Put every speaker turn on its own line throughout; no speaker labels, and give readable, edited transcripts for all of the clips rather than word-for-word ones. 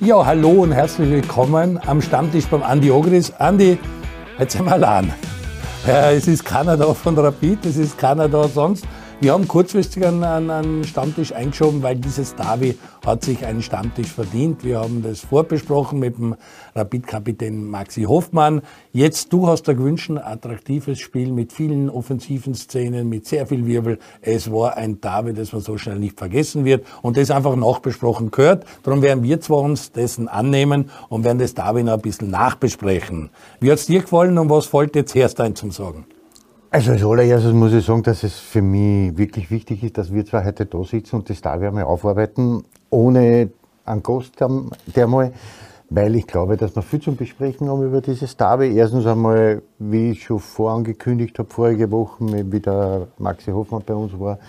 Ja, hallo und herzlich willkommen am Stammtisch beim Andi Ogris. Andi, jetzt sind wir allein. Es ist keiner da von Rapid, es ist keiner da sonst. Wir haben kurzfristig einen Stammtisch eingeschoben, weil dieses Derby hat sich einen Stammtisch verdient. Wir haben das vorbesprochen mit dem Rapid-Kapitän Maxi Hofmann. Jetzt, du hast dir gewünscht, ein attraktives Spiel mit vielen offensiven Szenen, mit sehr viel Wirbel. Es war ein Derby, das man so schnell nicht vergessen wird und das einfach nachbesprochen gehört. Darum werden wir zwar uns dessen annehmen und werden das Derby noch ein bisschen nachbesprechen. Wie hat's dir gefallen und was fällt jetzt Herstein zum Sagen?
Also als allererstes muss ich sagen, dass es für mich wirklich wichtig ist, dass wir zwei heute da sitzen und das Derby einmal aufarbeiten, ohne einen Gast der mal, weil ich glaube, dass wir viel zum Besprechen haben über dieses Derby. Erstens einmal, wie ich schon vorangekündigt habe, vorige Woche, wie der Maxi Hofmann bei uns war,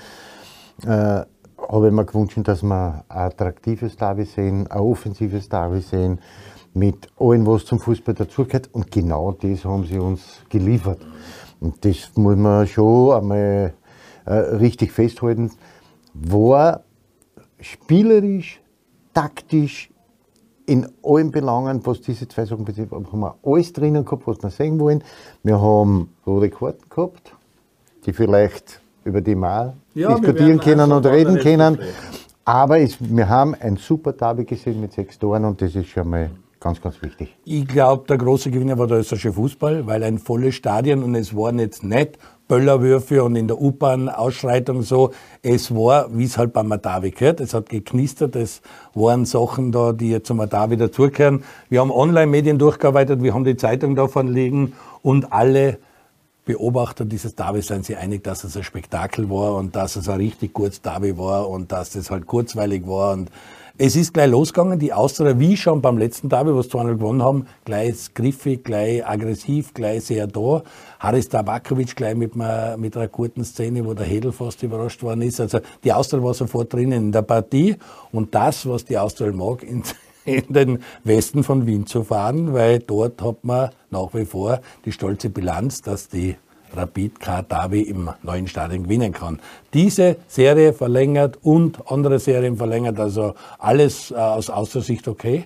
habe ich mir gewünscht, dass wir ein attraktives Derby sehen, ein offensives Derby sehen, mit allem, was zum Fußball dazugehört. Und genau das haben sie uns geliefert. Und das muss man schon einmal richtig festhalten. War spielerisch, taktisch, in allen Belangen, was diese zwei Sachen betrifft, haben wir alles drinnen gehabt, was wir sehen wollen. Wir haben rote Karten gehabt, die vielleicht über die wir diskutieren können und reden können. Aber wir haben ein super Derby gesehen mit 6 Toren und das ist schon mal ganz, ganz wichtig.
Ich glaube, der große Gewinner war der österreichische Fußball, weil ein volles Stadion und es waren jetzt nicht Böllerwürfe und in der U-Bahn-Ausschreitung so. Es war, wie es halt beim Derby gehört, es hat geknistert, es waren Sachen da, die zum Derby dazugehören. Wir haben Online-Medien durchgearbeitet, wir haben die Zeitung davon liegen und alle Beobachter dieses Derbys sind sich einig, dass es ein Spektakel war und dass es ein richtig gutes Derby war und dass das halt kurzweilig war. Und es ist gleich losgegangen, die Austria, wie schon beim letzten Derby, was 2-0 gewonnen haben, gleich griffig, gleich aggressiv, gleich sehr da. Haris Tabakovic gleich mit einer guten Szene, wo der Hedl fast überrascht worden ist. Also die Austria war sofort drinnen in der Partie und das, was die Austria mag, in den Westen von Wien zu fahren, weil dort hat man nach wie vor die stolze Bilanz, dass die Rapid kein Derby im neuen Stadion gewinnen kann. Diese Serie verlängert und andere Serien verlängert, also alles aus Austria-Sicht okay?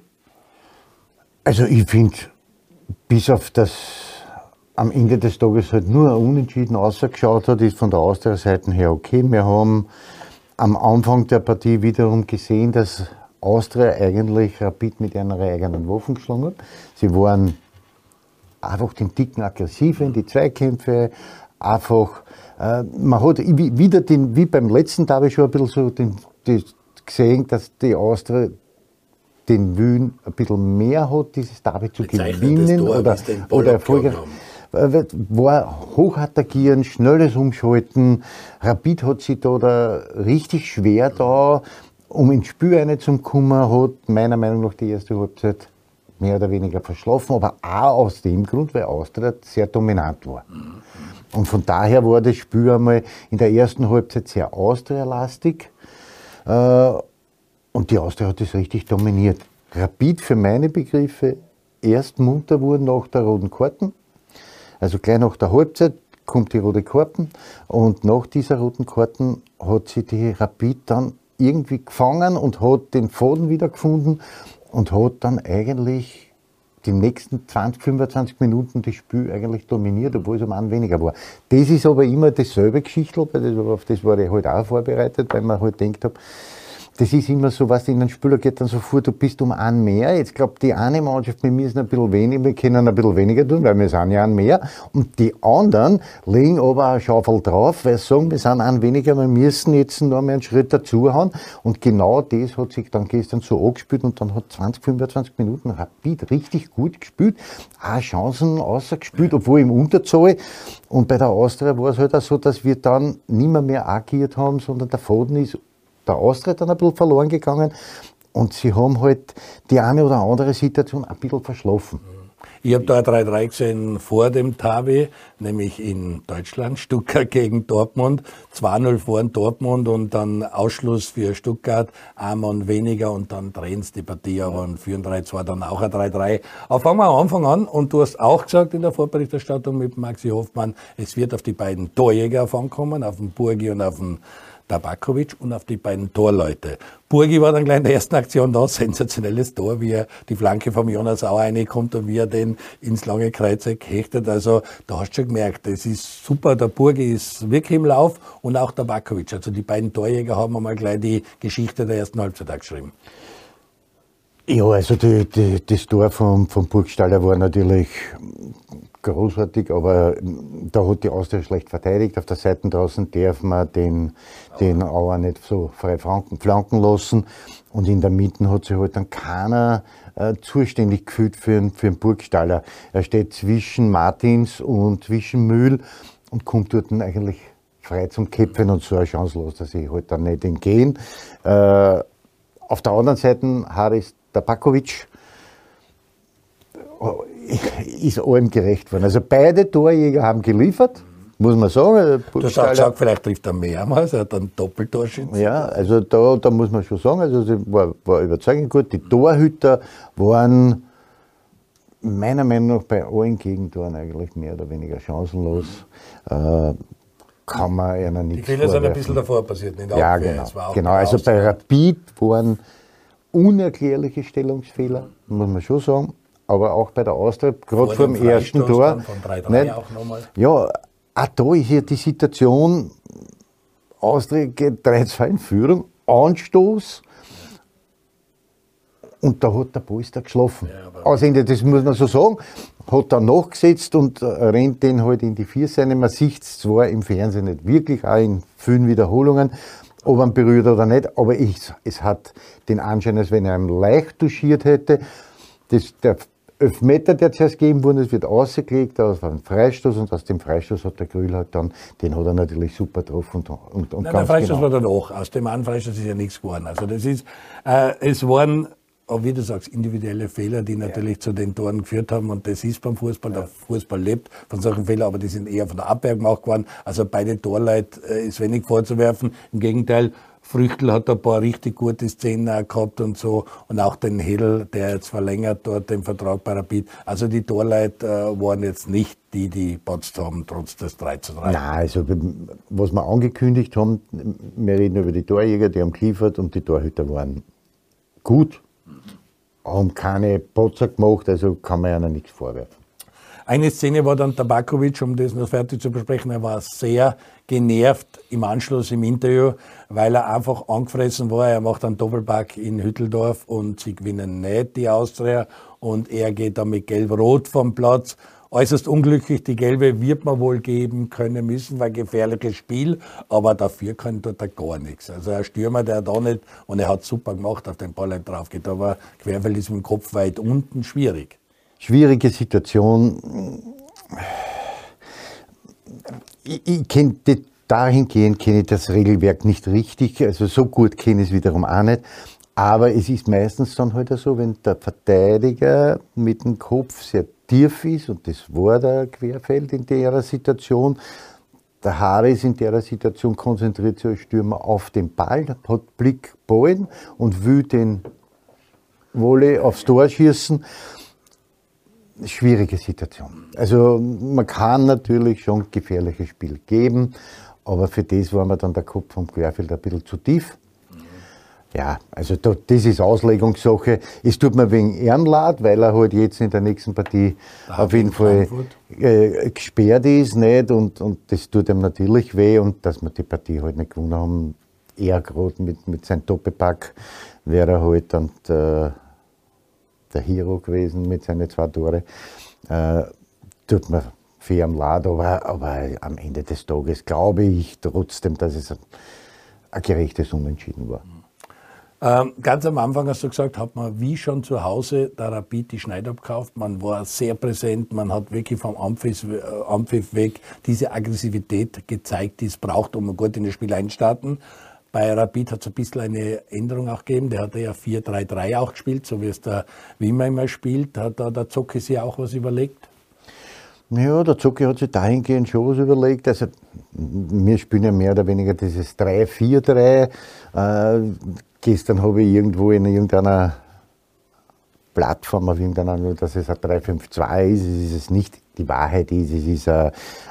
Also ich finde, bis auf das am Ende des Tages halt nur ein Unentschieden ausgeschaut hat, ist von der Austria-Seite her okay. Wir haben am Anfang der Partie wiederum gesehen, dass Austria eigentlich Rapid mit einer eigenen Waffen geschlagen hat. Sie waren einfach den Ticken aggressiver in die Zweikämpfe, einfach, man hat wieder wie beim letzten Derby schon ein bisschen so gesehen, dass die Austria den Willen ein bisschen mehr hat, dieses Derby zu gewinnen oder erfolgreich. War hochattackieren, schnelles Umschalten. Rapid hat sich da richtig schwer da, um ins Spiel reinzukommen, hat meiner Meinung nach die erste Halbzeit mehr oder weniger verschlafen, aber auch aus dem Grund, weil Austria sehr dominant war. Und von daher war das Spiel einmal in der ersten Halbzeit sehr Austria-lastig und die Austria hat das richtig dominiert. Rapid für meine Begriffe erst munter wurden nach der roten Karten, also gleich nach der Halbzeit kommt die rote Karten und nach dieser roten Karten hat sich die Rapid dann irgendwie gefangen und hat den Faden wieder gefunden und hat dann eigentlich die nächsten 20, 25 Minuten das Spiel eigentlich dominiert, obwohl es um einen weniger war. Das ist aber immer dasselbe Geschichte, auf das war ich halt auch vorbereitet, weil man halt denkt habe, das ist immer so, was in den Spieler geht dann so vor, du bist um einen mehr. Jetzt glaubt die eine Mannschaft, wir müssen ein bisschen weniger, wir können ein bisschen weniger tun, weil wir sind ja einen mehr. Und die anderen legen aber eine Schaufel drauf, weil sie sagen, wir sind einen weniger, wir müssen jetzt noch mal einen Schritt dazuhauen. Und genau das hat sich dann gestern so angespielt und dann hat 20, 25 Minuten Rapid richtig gut gespielt, auch Chancen ausgespielt, obwohl im Unterzahl. Und bei der Austria war es halt auch so, dass wir dann nicht mehr agiert haben, sondern der Faden ist der Austria dann ein bisschen verloren gegangen und sie haben halt die eine oder andere Situation ein bisschen verschlafen.
Ich habe da ein 3-3 gesehen vor dem Derby, nämlich in Deutschland, Stuttgart gegen Dortmund, 2-0 vor Dortmund und dann Ausschluss für Stuttgart, ein Mann weniger und dann drehen sie die Partie aber und führen 3-2, dann auch ein 3-3. Aber fangen wir am Anfang an und du hast auch gesagt in der Vorberichterstattung mit Maxi Hofmann, es wird auf die beiden Torjäger ankommen, auf den Burgi und auf den Tabakovic und auf die beiden Torleute. Burgi war dann gleich in der ersten Aktion da, sensationelles Tor, wie er die Flanke vom Jonas Auer reinkommt und wie er den ins lange Kreuzeck hechtet. Also da hast du schon gemerkt, das ist super, der Burgi ist wirklich im Lauf und auch Tabakovic. Also die beiden Torjäger haben einmal gleich die Geschichte der ersten Halbzeit geschrieben.
Ja, also das Tor vom Burgstaller war natürlich großartig, aber da hat die Austria schlecht verteidigt. Auf der Seite draußen darf man den Auer nicht so frei flanken lassen. Und in der Mitte hat sich halt dann keiner zuständig gefühlt für den Burgstaller. Er steht zwischen Martins und zwischen Mühl und kommt dort eigentlich frei zum Köpfen und so eine Chance lässt er sich halt dann nicht entgehen. Auf der anderen Seite Haris Tabakovic ist allem gerecht worden. Also beide Torjäger haben geliefert, muss man sagen.
Du hast auch gesagt, vielleicht trifft er mehrmals, er hat einen Doppeltorschützen.
Ja, also da muss man schon sagen, also sie war überzeugend gut. Die Torhüter waren meiner Meinung nach bei allen Gegentoren eigentlich mehr oder weniger chancenlos. Kann man ihnen nicht.
Die Fehler sind ein bisschen davor passiert, in der
ja,
Abwehr.
Genau, also bei Rapid waren unerklärliche Stellungsfehler, muss man schon sagen. Aber auch bei der Austria, gerade vor dem ersten Tor.
Von 3-3 auch nochmal.
Ja, auch da ist ja die Situation, Austria geht 3-2 in Führung, Anstoß und da hat der Polster geschlafen. Ja, also das muss man so sagen, hat dann nachgesetzt und rennt den halt in die Vierseite. Man sieht es zwar im Fernsehen nicht wirklich, auch in vielen Wiederholungen, ob er ihn berührt oder nicht, aber es hat den Anschein, als wenn er ihn leicht touchiert hätte. Der Elfmeter, der zuerst gegeben wurde, es wird ausgelegt, aus einem Freistoß und aus dem Freistoß hat der Grühl halt dann, den hat er natürlich super getroffen und
Nein,
ganz
der Freistoß
genau.
war danach, aus dem einen Freistoß ist ja nichts geworden. Also das ist, es waren, wie du sagst, individuelle Fehler, die natürlich zu den Toren geführt haben und das ist beim Fußball, der Fußball lebt von solchen Fehlern, aber die sind eher von der Abwehr gemacht worden. Also beide Torleute ist wenig vorzuwerfen, im Gegenteil, Früchtl hat ein paar richtig gute Szenen auch gehabt und so. Und auch den Hedl, der jetzt verlängert dort den Vertrag bei Rapid. Also die Torleute waren jetzt nicht die patzt haben, trotz des 3:3.
Nein, also was wir angekündigt haben, wir reden über die Torjäger, die haben geliefert und die Torhüter waren gut, haben keine Patzer gemacht, also kann man ihnen nichts vorwerfen.
Eine Szene war dann Tabakovic, um das noch fertig zu besprechen. Er war sehr genervt im Anschluss im Interview, weil er einfach angefressen war. Er macht einen Doppelpack in Hütteldorf und sie gewinnen nicht, die Austria. Und er geht dann mit Gelb-Rot vom Platz. Äußerst unglücklich, die Gelbe wird man wohl geben können müssen, weil gefährliches Spiel, aber dafür kann dort gar nichts. Also ein Stürmer, der da nicht, und er hat super gemacht, auf den Ball nicht drauf geht, aber Querfeld ist mit dem Kopf weit unten, schwierig.
Schwierige Situation. Ich kenne dahingehend kenne ich das Regelwerk nicht richtig, also so gut kenne ich es wiederum auch nicht. Aber es ist meistens dann halt so, wenn der Verteidiger mit dem Kopf sehr tief ist, und das war der Querfeld in der Situation, der Haris in der Situation konzentriert sich als Stürmer auf den Ball, hat Blick Ballen und will den Volley aufs Tor schießen. Schwierige Situation. Also man kann natürlich schon gefährliches Spiel geben, aber für das war mir dann der Kopf vom Querfeld ein bisschen zu tief. Ja, also das ist Auslegungssache. Es tut mir wegen ihm leid, weil er halt jetzt in der nächsten Partie auf jeden Fall gesperrt ist, nicht? Und das tut ihm natürlich weh, und dass wir die Partie halt nicht gewonnen haben, eher gerade mit seinem Doppelpack wäre er halt dann der Hero gewesen mit seinen 2 Tore. Tut mir für ihn leid, aber am Ende des Tages glaube ich trotzdem, dass es ein gerechtes Unentschieden war.
Ganz am Anfang hast du gesagt, hat man wie schon zu Hause der Rapid die Schneid abgekauft. Man war sehr präsent, man hat wirklich vom Anpfiff weg diese Aggressivität gezeigt, die es braucht, um gut in das Spiel einstarten. Bei Rapid hat es ein bisschen eine Änderung auch gegeben. Der hatte ja 4-3-3 auch gespielt, so wie es der Wimmer immer spielt. Hat da der Zocki sich auch was überlegt?
Ja, der Zocki hat sich dahingehend schon was überlegt. Also, wir spielen ja mehr oder weniger dieses 3-4-3. Gestern habe ich irgendwo in irgendeiner Plattform auf irgendeiner, dass es ein 3-5-2 ist. Es ist es nicht. Die Wahrheit ist, es ist ein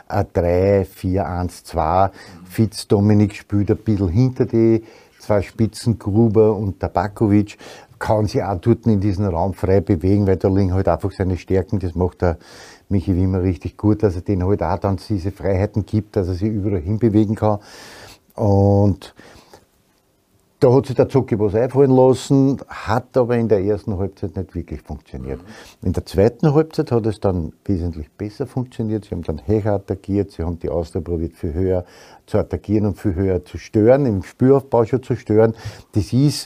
3-4-1-2. Fitz-Dominik spielt ein bisschen hinter die zwei Spitzen, Gruber und Tabakovic. Kann sich auch dort in diesem Raum frei bewegen, weil da liegen halt einfach seine Stärken. Das macht der Michi Wimmer richtig gut, dass er denen halt auch dann diese Freiheiten gibt, dass er sich überall hinbewegen kann. Und da hat sich der Zocki was einfallen lassen, hat aber in der ersten Halbzeit nicht wirklich funktioniert. In der zweiten Halbzeit hat es dann wesentlich besser funktioniert. Sie haben dann höher attackiert, sie haben die Austria probiert, viel höher zu attackieren und viel höher zu stören, im Spielaufbau schon zu stören. Das ist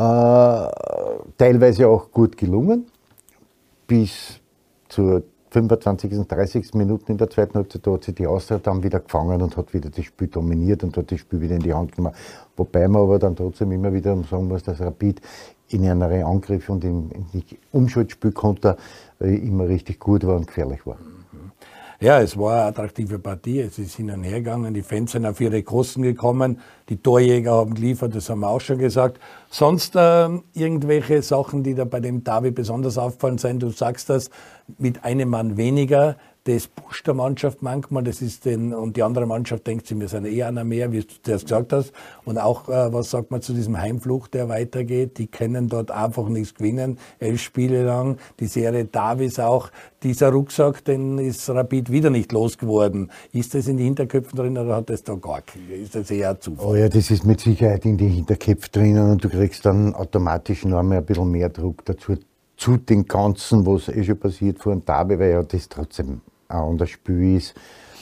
teilweise auch gut gelungen, bis zur 25. 30. Minuten in der zweiten Halbzeit, da hat sich die Austria dann wieder gefangen und hat wieder das Spiel dominiert und hat das Spiel wieder in die Hand genommen. Wobei man aber dann trotzdem immer wieder sagen muss, dass Rapid in einem Angriff und im Umschaltspielkonter immer richtig gut war und gefährlich war.
Ja, es war eine attraktive Partie, es ist hin und her gegangen, die Fans sind auf ihre Kosten gekommen, die Torjäger haben geliefert, das haben wir auch schon gesagt. Sonst irgendwelche Sachen, die da bei dem Derby besonders auffallen sind, du sagst das, mit einem Mann weniger, das pusht der Mannschaft manchmal, das ist und die andere Mannschaft denkt sich, wir sind eh einer mehr, wie du das gesagt hast. Und auch, was sagt man zu diesem Heimfluch, der weitergeht? Die können dort einfach nichts gewinnen, 11 Spiele lang. Die Serie Davis auch, dieser Rucksack, den ist Rapid wieder nicht losgeworden. Ist das in die Hinterköpfen drin oder hat das da gar keine? Ist das eher Zufall?
Oh ja, das ist mit Sicherheit in die Hinterköpfe drinnen und du kriegst dann automatisch noch einmal ein bisschen mehr Druck dazu, zu den Ganzen, was eh schon passiert vor dem Derby, weil ja das trotzdem auch an das Spiel ist,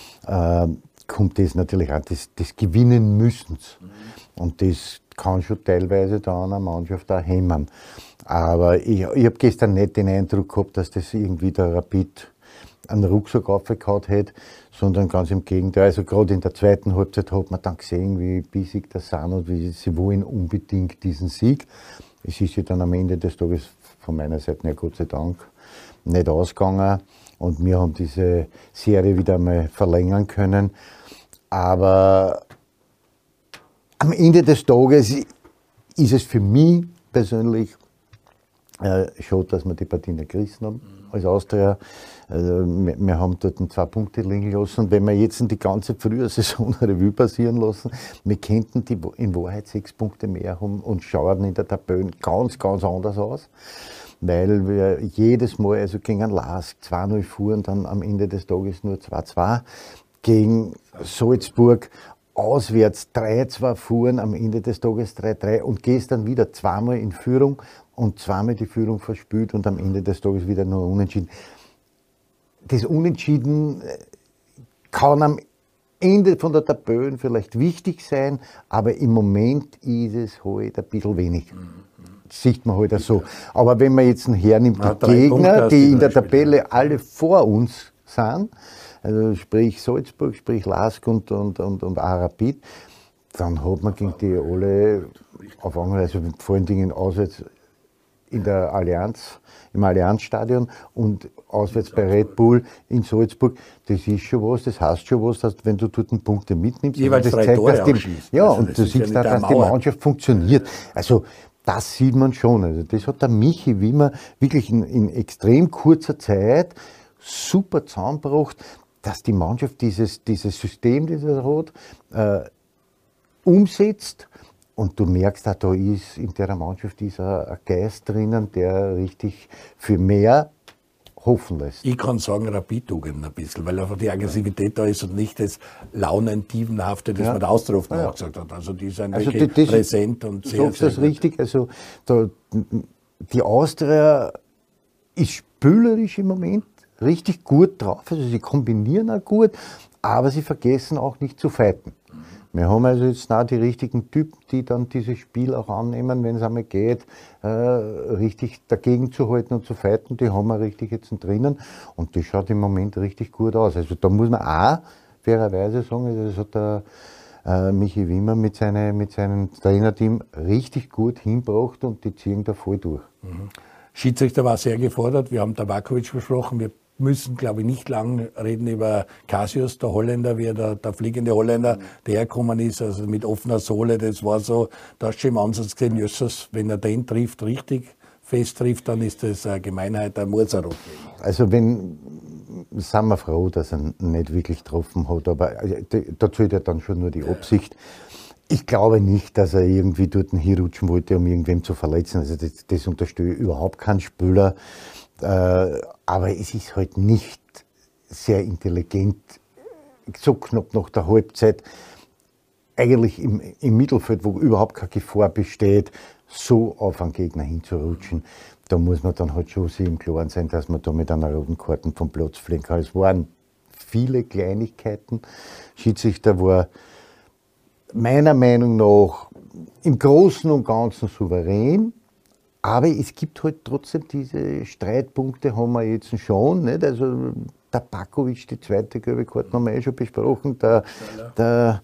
kommt das natürlich auch des Gewinnen müssens. Und das kann schon teilweise da einer Mannschaft auch hemmen. Aber ich habe gestern nicht den Eindruck gehabt, dass das irgendwie der Rapid einen Rucksack aufgehauen hätte, sondern ganz im Gegenteil. Also gerade in der zweiten Halbzeit hat man dann gesehen, wie bissig das sind und wie sie wollen unbedingt diesen Sieg. Es ist ja dann am Ende des Tages von meiner Seite her Gott sei Dank nicht ausgegangen. Und wir haben diese Serie wieder einmal verlängern können. Aber am Ende des Tages ist es für mich persönlich schade, dass wir die Partie nicht gerissen haben als Austria. Wir haben dort 2 Punkte liegen lassen. Und wenn wir jetzt die ganze frühe Saison Revue passieren lassen, wir könnten die in Wahrheit 6 Punkte mehr haben und schauen in der Tabelle ganz, ganz anders aus. Weil wir jedes Mal, also gegen einen Lask 2-0 fuhren, dann am Ende des Tages nur 2-2. Gegen Salzburg auswärts 3-2 fuhren, am Ende des Tages 3-3 und gestern wieder 2-mal in Führung und 2-mal die Führung verspielt und am Ende des Tages wieder nur unentschieden. Das Unentschieden kann am Ende von der Tabelle vielleicht wichtig sein, aber im Moment ist es halt ein bisschen wenig. Sieht man halt auch so. Aber wenn man jetzt hernimmt, die Gegner, die in der Tabelle alle vor uns sind, also sprich Salzburg, sprich Lask und auch Rapid, dann hat man gegen die alle auf Augenhöhe, also vor allen Dingen auswärts in der Allianz, im Allianzstadion und auswärts bei Red Bull in Salzburg, das ist schon was, das heißt schon was, dass wenn du dort Punkte mitnimmst,
jeweils
das
3
zeigt,
Tore
dass
auch
und du siehst auch, dass die Mannschaft funktioniert. Also das sieht man schon. Also das hat der Michi Wimmer wirklich in extrem kurzer Zeit super zusammengebracht, dass die Mannschaft dieses System, das er hat, umsetzt. Und du merkst auch, da ist in der Mannschaft ein Geist drinnen, der richtig für mehr hoffen lässt.
Ich kann sagen, Rapid-Tugend ein bisschen, weil einfach die Aggressivität da ist und nicht das Launentiefenhafte, das man der Austria oft auch gesagt hat. Also die sind wirklich präsent und sehr,
sagst das richtig. Also die Austria ist spielerisch im Moment richtig gut drauf. Also sie kombinieren auch gut, aber sie vergessen auch nicht zu fighten. Wir haben also jetzt auch die richtigen Typen, die dann dieses Spiel auch annehmen, wenn es einmal geht, richtig dagegen zu halten und zu fighten. Die haben wir richtig jetzt drinnen und das schaut im Moment richtig gut aus. Also da muss man auch fairerweise sagen, also das hat der Michi Wimmer mit seinem Trainerteam richtig gut hingebracht und die ziehen da voll durch.
Schiedsrichter war sehr gefordert. Wir haben Tabakovic besprochen. Wir müssen, glaube ich, nicht lang reden über Cassius, der Holländer, wie der fliegende Holländer, der hergekommen ist, also mit offener Sohle. Das war so, da hast du schon im Ansatz gesehen, Jesus, wenn er den trifft, richtig fest trifft, dann ist das eine Gemeinheit, ein Mordserot.
Also wenn sind wir froh, dass er nicht wirklich getroffen hat, aber da zählt ja dann schon nur die Absicht. Ich glaube nicht, dass er irgendwie dort hinrutschen wollte, um irgendwem zu verletzen. Also das unterstehe ich überhaupt keinen Spieler. Aber es ist halt nicht sehr intelligent, so knapp nach der Halbzeit, eigentlich im Mittelfeld, wo überhaupt keine Gefahr besteht, so auf einen Gegner hinzurutschen. Da muss man dann halt schon sich im Klaren sein, dass man da mit einer roten Karte vom Platz fliegen kann. Es waren viele Kleinigkeiten. Schiedsrichter war meiner Meinung nach im Großen und Ganzen souverän, aber es gibt halt trotzdem diese Streitpunkte, haben wir jetzt schon. Nicht? Also der Bakovic, die zweite gelbe Karte haben wir schon besprochen, der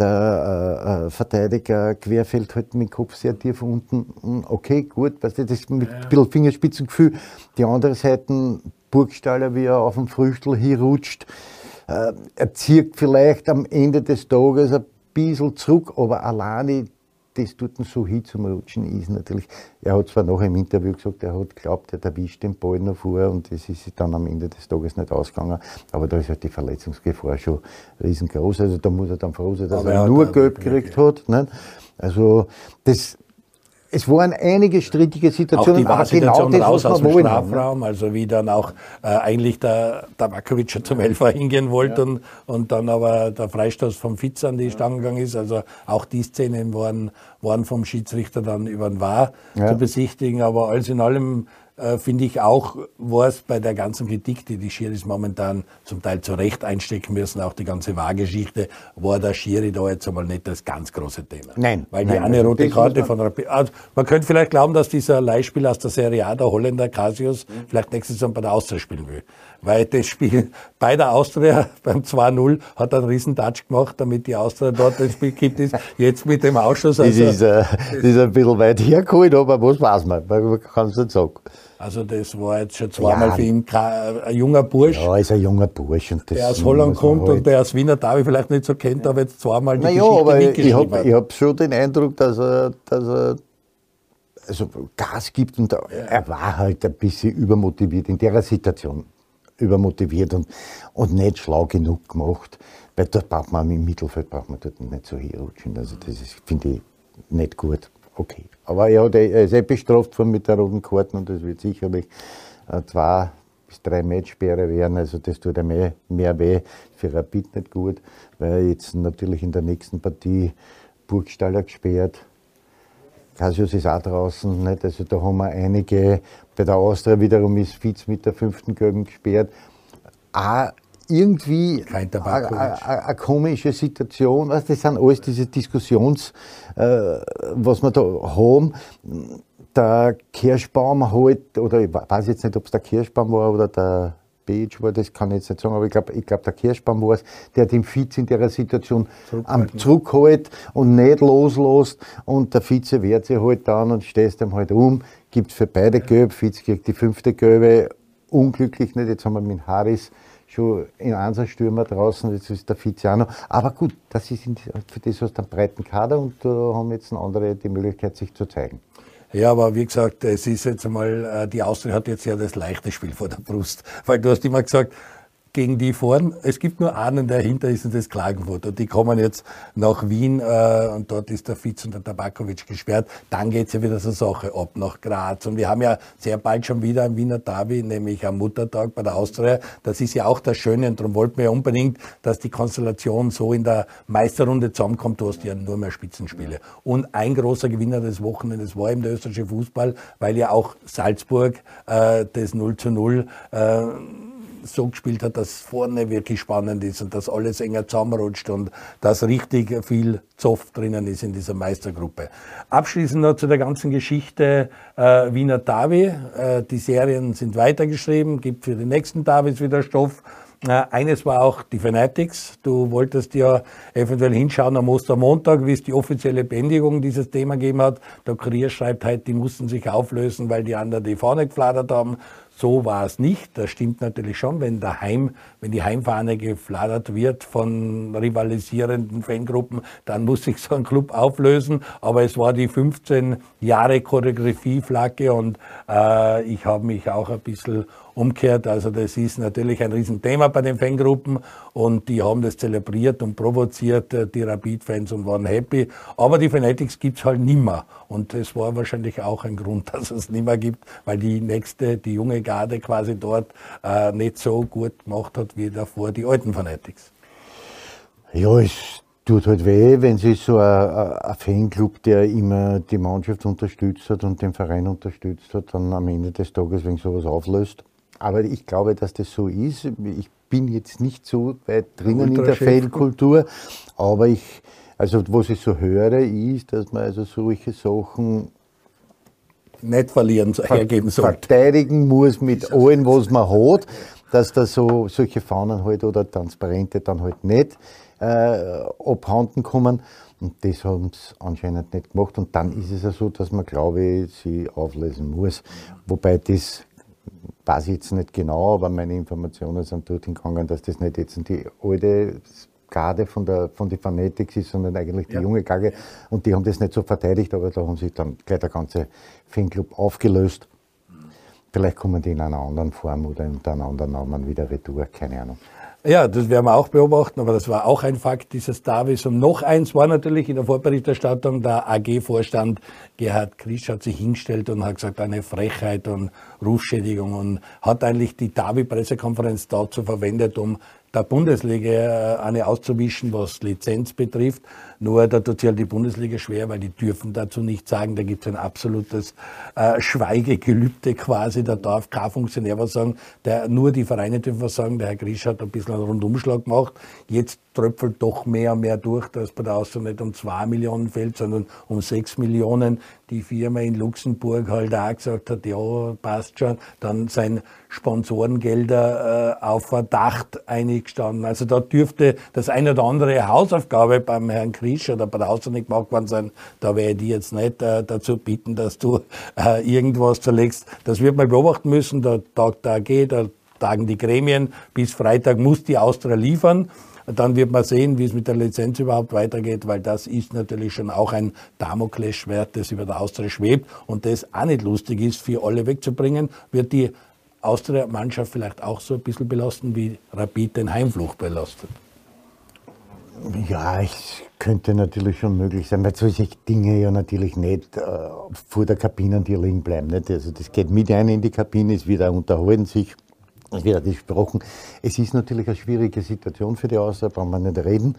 Verteidiger querfällt halt mit dem Kopf sehr tief unten. Okay, gut, weißt du, das mit ein bisschen Fingerspitzengefühl. Die andere Seite, Burgstaller, wie er auf dem Früchtel hinrutscht, er zieht vielleicht am Ende des Tages ein bisschen zurück, aber alleine das tut ihn so hin zum Rutschen ist natürlich. Er hat zwar nachher im Interview gesagt, er hat geglaubt, er erwischt den Ball noch vor und das ist dann am Ende des Tages nicht ausgegangen. Aber da ist halt die Verletzungsgefahr schon riesengroß. Also da muss er dann froh sein, dass er nur gelb gekriegt hat. Nicht? Also es waren einige strittige Situationen,
auch die
aber genau das,
raus
was
aus
wir
dem
wollen.
Strafraum, also wie dann auch eigentlich der Bakovic schon zum Elfer hingehen wollte und dann aber der Freistoß vom Fitz an die Stange gegangen ist. Also auch die Szenen waren vom Schiedsrichter dann über den VAR zu besichtigen. Aber alles in allem finde ich auch, war es bei der ganzen Kritik, die Schiris momentan zum Teil zu Recht einstecken müssen, auch die ganze VAR-Geschichte, war der Schiri da jetzt einmal nicht das ganz große Thema.
Nein.
Weil die eine rote Karte von Rapid, also man könnte vielleicht glauben, dass dieser Leihspieler aus der Serie A, der Holländer Casius, vielleicht nächstes Jahr bei der Austria spielen will. Weil das Spiel bei der Austria beim 2-0 hat einen riesen Touch gemacht, damit die Austria dort ins Spiel gekippt ist. Jetzt mit dem Ausschuss. Also,
das ist ein bisschen weit hergeholt, aber was weiß man kann es nicht sagen.
Also das war jetzt schon zweimal für ihn ein junger Bursch.
Ja, ist ein junger Bursch. Und das
der aus Holland kommt und der aus Wiener Derby vielleicht nicht so kennt, aber jetzt zweimal die Geschichte
aber
mitgeschrieben hat.
Ich hab schon den Eindruck, dass er also Gas gibt und er war halt ein bisschen übermotiviert in der Situation. Übermotiviert und nicht schlau genug gemacht. Weil dort braucht man im Mittelfeld dort nicht so hinrutschen. Also das finde ich nicht gut. Okay. Aber er ist bestraft worden mit der roten Karte und das wird sicherlich 2 bis 3 Matchsperre werden. Also das tut ja mehr weh, für Rapid nicht gut, weil jetzt natürlich in der nächsten Partie Burgstaller gesperrt. Casius ist auch draußen. Nicht? Also da haben wir einige. Bei der Austria wiederum ist Fitz mit der 5. Gelben gesperrt. Auch irgendwie eine komische Situation. Das sind alles diese was wir da haben. Der Kirschbaum halt, oder ich weiß jetzt nicht, ob es der Kirschbaum war oder der Beach war, das kann ich jetzt nicht sagen, aber ich glaube der Kirschbaum war es, der den Fitz in der Situation zurückhält und nicht loslässt und der Vize wehrt sich halt dann und stößt ihm halt gibt für beide Gelb, Fitz kriegt die 5. Gelbe, unglücklich nicht, jetzt haben wir mit Harris schon in Einsatzstürmer draußen, jetzt ist der Fiziano. Aber gut, das ist für das hast du einen breiten Kader und da haben jetzt andere die Möglichkeit, sich zu zeigen.
Ja, aber wie gesagt, es ist jetzt einmal, die Austria hat jetzt ja das leichte Spiel vor der Brust. Weil du hast immer gesagt, gegen die vorn, es gibt nur einen, der hinter ist, und das ist Klagenfurt. Und die kommen jetzt nach Wien und dort ist der Fitz und der Tabakovic gesperrt. Dann geht's ja wieder zur Sache ab nach Graz. Und wir haben ja sehr bald schon wieder ein Wiener Derby, nämlich am Muttertag bei der Austria. Das ist ja auch das Schöne und darum wollten wir ja unbedingt, dass die Konstellation so in der Meisterrunde zusammenkommt. Du hast ja nur mehr Spitzenspiele. Und ein großer Gewinner des Wochenendes war eben der österreichische Fußball, weil ja auch Salzburg das 0:0 so gespielt hat, dass vorne wirklich spannend ist und dass alles enger zusammenrutscht und dass richtig viel Zoff drinnen ist in dieser Meistergruppe. Abschließend noch zu der ganzen Geschichte Wiener Derby. Die Serien sind weitergeschrieben, gibt für die nächsten Derbys wieder Stoff. Eines war auch die Fanatics. Du wolltest ja eventuell hinschauen am Ostermontag, wie es die offizielle Beendigung dieses Thema gegeben hat. Der Kurier schreibt halt, die mussten sich auflösen, weil die anderen die Fahne gefladert haben. So war es nicht. Das stimmt natürlich schon, wenn die Heimfahne geflattert wird von rivalisierenden Fangruppen, dann muss sich so ein Club auflösen. Aber es war die 15 Jahre Choreografieflagge und ich habe mich auch ein bisschen umgekehrt. Also das ist natürlich ein Riesenthema bei den Fangruppen und die haben das zelebriert und provoziert, die Rapid-Fans, und waren happy. Aber die Fanatics gibt's halt nimmer. Und das war wahrscheinlich auch ein Grund, dass es nimmer gibt, weil die junge Garde quasi dort nicht so gut gemacht hat wie davor die alten Fanatics.
Ja, es tut halt weh, wenn sich so ein Fanclub, der immer die Mannschaft unterstützt hat und den Verein unterstützt hat, dann am Ende des Tages wegen sowas auflöst. Aber ich glaube, dass das so ist. Ich bin jetzt nicht so weit drinnen in der Fankultur, aber also was ich so höre, ist, dass man also solche Sachen
nicht verlieren, hergeben sollte.
Verteidigen muss mit allem, was man hat, dass da solche Fahnen halt oder Transparente dann halt nicht abhanden kommen. Und das haben sie anscheinend nicht gemacht. Und dann ist es ja so, dass man, glaube ich, sie auflösen muss. Wobei das weiß ich jetzt nicht genau, aber meine Informationen sind dorthin gegangen, dass das nicht jetzt die alte Garde von den Fanatics ist, sondern eigentlich die junge Garde. Und die haben das nicht so verteidigt, aber da haben sie dann gleich der ganze Fanclub aufgelöst. Vielleicht kommen die in einer anderen Form oder unter einem anderen Namen wieder retour, keine Ahnung.
Ja, das werden wir auch beobachten, aber das war auch ein Fakt dieses Davis. Und noch eins war natürlich in der Vorberichterstattung, der AG-Vorstand Gerhard Krisch hat sich hingestellt und hat gesagt, eine Frechheit und Rufschädigung, und hat eigentlich die Davi-Pressekonferenz dazu verwendet, um der Bundesliga eine auszuwischen, was Lizenz betrifft. Nur da tut sich halt die Bundesliga schwer, weil die dürfen dazu nichts sagen. Da gibt es ein absolutes Schweigegelübde quasi. Da darf kein Funktionär was sagen. Nur die Vereine dürfen was sagen. Der Herr Grisch hat ein bisschen einen Rundumschlag gemacht. Jetzt tröpfelt doch mehr und mehr durch, dass bei der Austria nicht um 2 Millionen fällt, sondern um 6 Millionen. Die Firma in Luxemburg halt auch gesagt hat, ja, passt schon. Dann sein Sponsorengelder auf Verdacht eingestanden. Also da dürfte das eine oder andere Hausaufgabe beim Herrn Krisch oder bei der Austria nicht gemacht worden sein. Da werde ich die jetzt nicht dazu bitten, dass du irgendwas zerlegst. Das wird man beobachten müssen. Da tagt der AG, da tagen die Gremien. Bis Freitag muss die Austria liefern. Dann wird man sehen, wie es mit der Lizenz überhaupt weitergeht, weil das ist natürlich schon auch ein Damoklesschwert, das über der Austria schwebt und das auch nicht lustig ist, für alle wegzubringen, wird die Austria-Mannschaft vielleicht auch so ein bisschen belasten, wie Rapid den Heimfluch belastet.
Ja, es könnte natürlich schon möglich sein, weil solche Dinge ja natürlich nicht vor der Kabine die liegen bleiben. Nicht? Also das geht mit ein in die Kabine, es wird auch unterhalten sich. Es wird gesprochen. Es ist natürlich eine schwierige Situation für die Austria, brauchen wir nicht reden.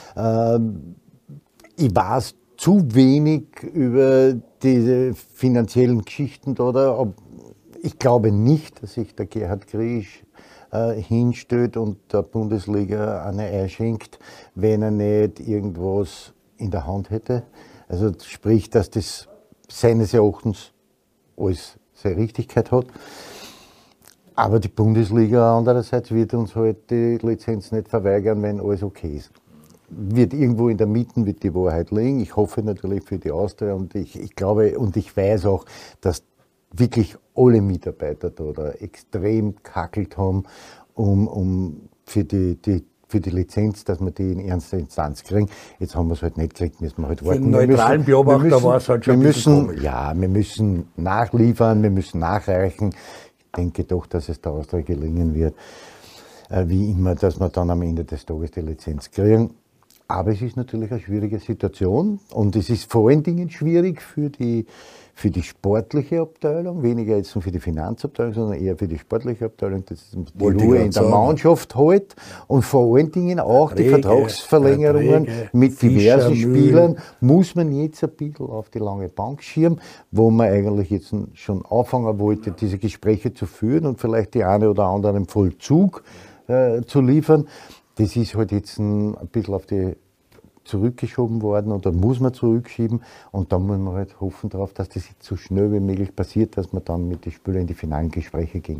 Ich weiß zu wenig über diese finanziellen Geschichten da. Ich glaube nicht, dass sich der Gerhard Krisch hinstellt und der Bundesliga eine einschenkt, wenn er nicht irgendwas in der Hand hätte. Also sprich, dass das seines Erachtens alles seine Richtigkeit hat. Aber die Bundesliga andererseits wird uns halt die Lizenz nicht verweigern, wenn alles okay ist. Wird irgendwo in der Mitte wird die Wahrheit liegen. Ich hoffe natürlich für die Austria und ich glaube und ich weiß auch, dass wirklich alle Mitarbeiter da extrem kackelt haben, um für die Lizenz, dass wir die in erster Instanz kriegen. Jetzt haben wir es halt nicht gekriegt, müssen wir halt warten.
Für einen neutralen Beobachter war es halt schon ein bisschen komisch.
Ja, wir müssen nachliefern, wir müssen nachreichen. Ich denke doch, dass es der Austria gelingen wird, wie immer, dass wir dann am Ende des Tages die Lizenz kriegen. Aber es ist natürlich eine schwierige Situation und es ist vor allen Dingen schwierig für die sportliche Abteilung, weniger jetzt für die Finanzabteilung, sondern eher für die sportliche Abteilung, dass die Ruhe in der Mannschaft halt und vor allen Dingen auch die Vertragsverlängerungen mit diversen Spielern muss man jetzt ein bisschen auf die lange Bank schieben, wo man eigentlich jetzt schon anfangen wollte, diese Gespräche zu führen und vielleicht die eine oder andere im Vollzug zu liefern. Das ist halt jetzt ein bisschen auf die zurückgeschoben worden und dann muss man zurückschieben und dann muss man halt hoffen darauf, dass das jetzt so schnell wie möglich passiert, dass man dann mit den Spielern in die finalen Gespräche gehen kann.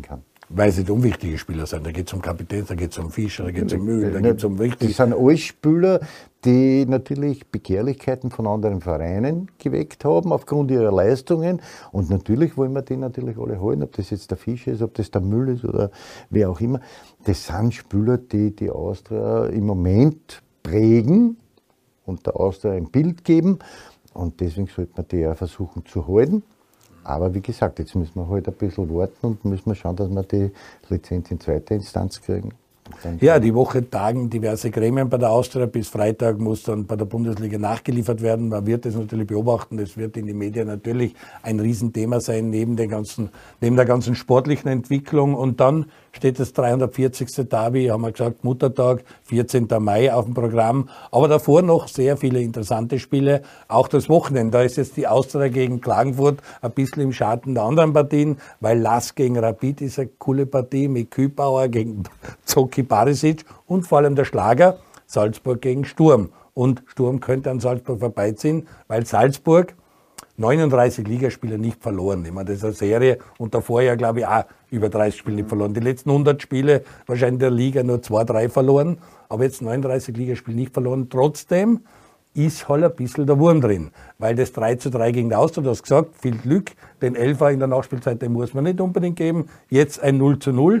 Weil es nicht unwichtige Spieler sind. Da geht es um Kapitän, da geht es um Fischer, da geht es um Mühl, da geht es um wichtige.
Das sind alles Spieler, die natürlich Begehrlichkeiten von anderen Vereinen geweckt haben, aufgrund ihrer Leistungen. Und natürlich wollen wir die natürlich alle holen, ob das jetzt der Fischer ist, ob das der Mühl ist oder wer auch immer. Das sind Spieler, die die Austria im Moment prägen und der Austria ein Bild geben. Und deswegen sollte man die auch versuchen zu halten. Aber wie gesagt, jetzt müssen wir halt ein bisschen warten und müssen wir schauen, dass wir die Lizenz in zweiter Instanz kriegen.
Ja, die Woche tagen diverse Gremien bei der Austria. Bis Freitag muss dann bei der Bundesliga nachgeliefert werden. Man wird das natürlich beobachten. Das wird in den Medien natürlich ein Riesenthema sein, neben der ganzen sportlichen Entwicklung. Und dann steht das 340. Derby, haben wir gesagt, Muttertag, 14. Mai auf dem Programm. Aber davor noch sehr viele interessante Spiele, auch das Wochenende. Da ist jetzt die Austria gegen Klagenfurt ein bisschen im Schatten der anderen Partien, weil Lask gegen Rapid ist eine coole Partie mit Kübauer gegen Zoki Barisic und vor allem der Schlager Salzburg gegen Sturm. Und Sturm könnte an Salzburg vorbeiziehen, weil Salzburg 39 Ligaspiele nicht verloren. Ich meine, das ist eine Serie und davor ja, glaube ich, auch über 30 Spiele nicht verloren. Die letzten 100 Spiele wahrscheinlich der Liga nur 2, 3 verloren, aber jetzt 39 Ligaspiele nicht verloren. Trotzdem ist halt ein bisschen der Wurm drin, weil das 3:3 gegen die Austria, du hast gesagt, viel Glück, den Elfer in der Nachspielzeit, den muss man nicht unbedingt geben. Jetzt ein 0:0.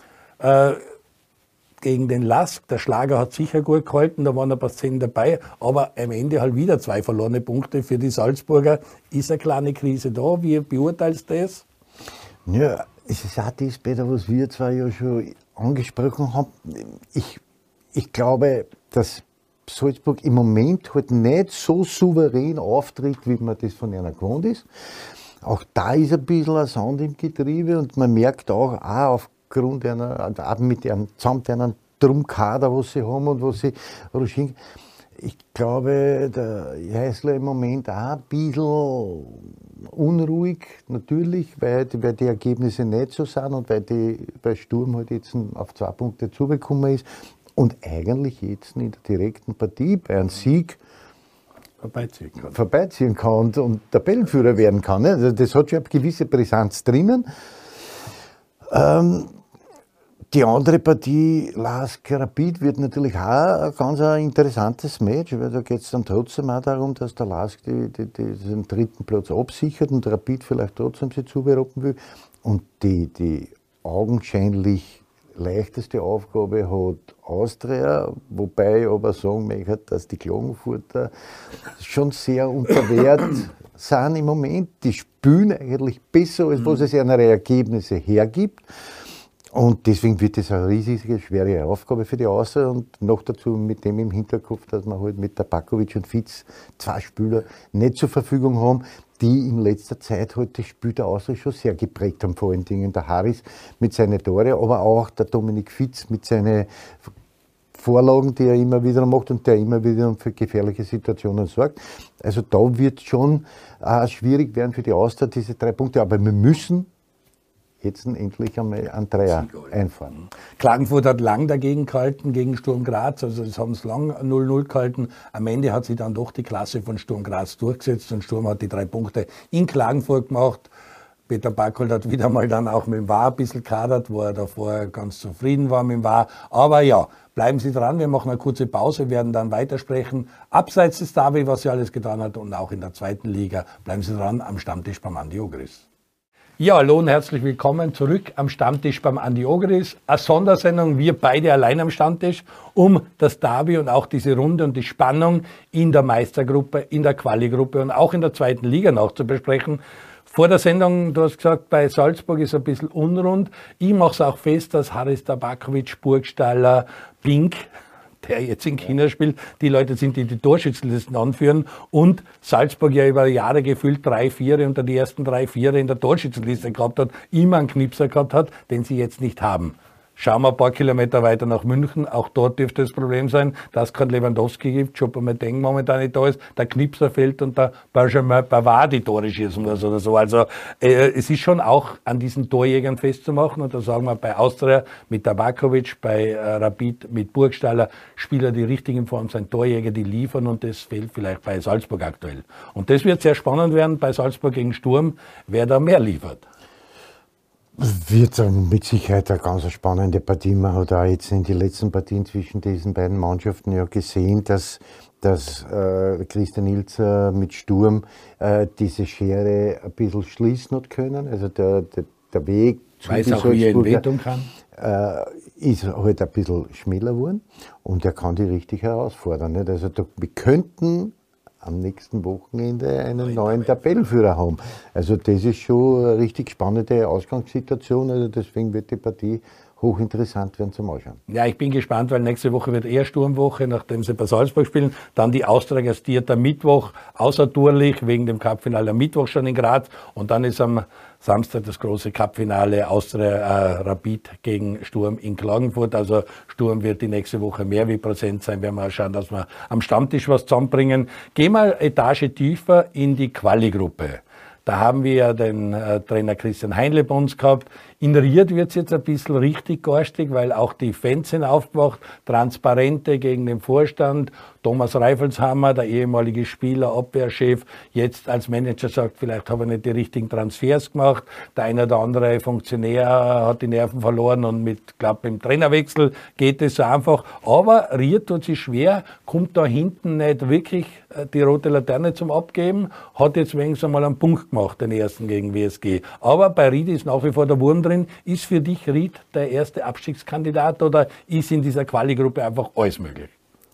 Gegen den Lask. Der Schlager hat sicher gut gehalten, da waren ein paar Szenen dabei, aber am Ende halt wieder 2 verlorene Punkte für die Salzburger. Ist eine kleine Krise da? Wie beurteilst du das?
Ja, es ist auch das, Peter, was wir zwei ja schon angesprochen haben. Ich glaube, dass Salzburg im Moment halt nicht so souverän auftritt, wie man das von einer gewohnt ist. Auch da ist ein bisschen ein Sand im Getriebe und man merkt auch aufgrund einer, mit einem samt einem Drumkader, was sie haben und was sie ruschieren. Ich glaube, der Heißler im Moment auch ein bisschen unruhig, natürlich, weil die Ergebnisse nicht so sind und weil Sturm halt jetzt auf 2 Punkte zugekommen ist und eigentlich jetzt in der direkten Partie bei einem Sieg vorbeiziehen kann und Tabellenführer werden kann. Also das hat schon eine gewisse Brisanz drinnen. Die andere Partie, Lask Rapid, wird natürlich auch ein ganz interessantes Match, weil da geht es dann trotzdem auch darum, dass der Lask den 3. Platz absichert und Rapid vielleicht trotzdem sich zuberoppen will. Und die augenscheinlich leichteste Aufgabe hat Austria, wobei ich aber sagen möchte, dass die Klagenfurter schon sehr unter Wert sind im Moment. Die spielen eigentlich besser, als was es ihre Ergebnisse hergibt. Und deswegen wird das eine riesige, schwere Aufgabe für die Austria und noch dazu mit dem im Hinterkopf, dass wir halt mit Tabakovic und Fitz 2 Spieler nicht zur Verfügung haben, die in letzter Zeit halt das Spiel der Austria schon sehr geprägt haben, vor allen Dingen der Harris mit seinen Tore, aber auch der Dominik Fitz mit seinen Vorlagen, die er immer wieder macht und der immer wieder für gefährliche Situationen sorgt. Also da wird schon schwierig werden für die Austria, diese 3 Punkte, aber wir müssen jetzt endlich einmal einen Dreier einfahren.
Klagenfurt hat lang dagegen gehalten, gegen Sturm Graz, also das haben sie lang 0:0 gehalten. Am Ende hat sich dann doch die Klasse von Sturm Graz durchgesetzt und Sturm hat die 3 Punkte in Klagenfurt gemacht. Peter Backholt hat wieder mal dann auch mit dem VAR ein bisschen kadert, wo er davor ganz zufrieden war mit dem VAR. Aber ja, bleiben Sie dran, wir machen eine kurze Pause, werden dann weitersprechen. Abseits des Derby, was sie alles getan hat und auch in der 2. Liga. Bleiben Sie dran am Stammtisch beim Andi Ogris. Ja, hallo und herzlich willkommen zurück am Stammtisch beim Andi Ogris. Eine Sondersendung, wir beide allein am Stammtisch, um das Derby und auch diese Runde und die Spannung in der Meistergruppe, in der Quali-Gruppe und auch in der 2. Liga noch zu besprechen. Vor der Sendung, du hast gesagt, bei Salzburg ist ein bisschen unrund. Ich mache es auch fest, dass Haris Tabakovic, Burgstaller, Pink, der jetzt in China spielt, die Leute sind, die die Torschützenlisten anführen und Salzburg ja über Jahre gefühlt 3 Viere unter die ersten 3 Viere in der Torschützenliste gehabt hat, immer einen Knipser gehabt hat, den sie jetzt nicht haben. Schauen wir ein paar Kilometer weiter nach München, auch dort dürfte das Problem sein, dass es keinen Lewandowski gibt, Choupo-Moting momentan nicht da ist, der Knipser fehlt und der Benjamin Pavard die Tore schießen muss oder so. Also es ist schon auch an diesen Torjägern festzumachen und da sagen wir bei Austria mit Tabakovic, bei Rapid mit Burgstaller, Spieler, die richtig in Form sind, Torjäger, die liefern und das fehlt vielleicht bei Salzburg aktuell. Und das wird sehr spannend werden bei Salzburg gegen Sturm, wer da mehr liefert.
Wird mit Sicherheit eine ganz spannende Partie. Man hat auch jetzt in den letzten Partien zwischen diesen beiden Mannschaften ja gesehen, dass Christian Ilzer mit Sturm diese Schere ein bisschen schließen hat können. Also der Weg
zu weiß auch, wie er ihn wehtun kann.
Ist halt ein bisschen schmäler geworden und er kann die richtig herausfordern. Nicht? Also wir könnten am nächsten Wochenende einen neuen Tabellenführer haben. Also das ist schon eine richtig spannende Ausgangssituation. Also deswegen wird die Partie hochinteressant werden zum Anschauen.
Ja, ich bin gespannt, weil nächste Woche wird eher Sturmwoche, nachdem sie bei Salzburg spielen. Dann die Austria gastiert am Mittwoch außertourlich, wegen dem Cupfinale am Mittwoch schon in Graz. Und dann ist am Samstag das große Cupfinale Austria Rapid gegen Sturm in Klagenfurt. Also Sturm wird die nächste Woche mehr wie Prozent sein. Wir mal schauen, dass wir am Stammtisch was zusammenbringen. Gehen wir Etage tiefer in die Quali-Gruppe. Da haben wir ja den Trainer Christian Heinle bei uns gehabt. In Ried wird es jetzt ein bisschen richtig garstig, weil auch die Fans sind aufgewacht. Transparente gegen den Vorstand. Thomas Reifelshammer, der ehemalige Spieler, Abwehrchef, jetzt als Manager sagt, vielleicht habe ich nicht die richtigen Transfers gemacht. Der eine oder andere Funktionär hat die Nerven verloren und mit dem Trainerwechsel geht es so einfach. Aber Ried tut sich schwer, kommt da hinten nicht wirklich die rote Laterne zum Abgeben, hat jetzt wenigstens einmal einen Punkt gemacht, den ersten gegen WSG. Aber bei Ried ist nach wie vor der Wurm drin. Ist für dich Ried der erste Abstiegskandidat oder ist in dieser Quali-Gruppe einfach alles möglich?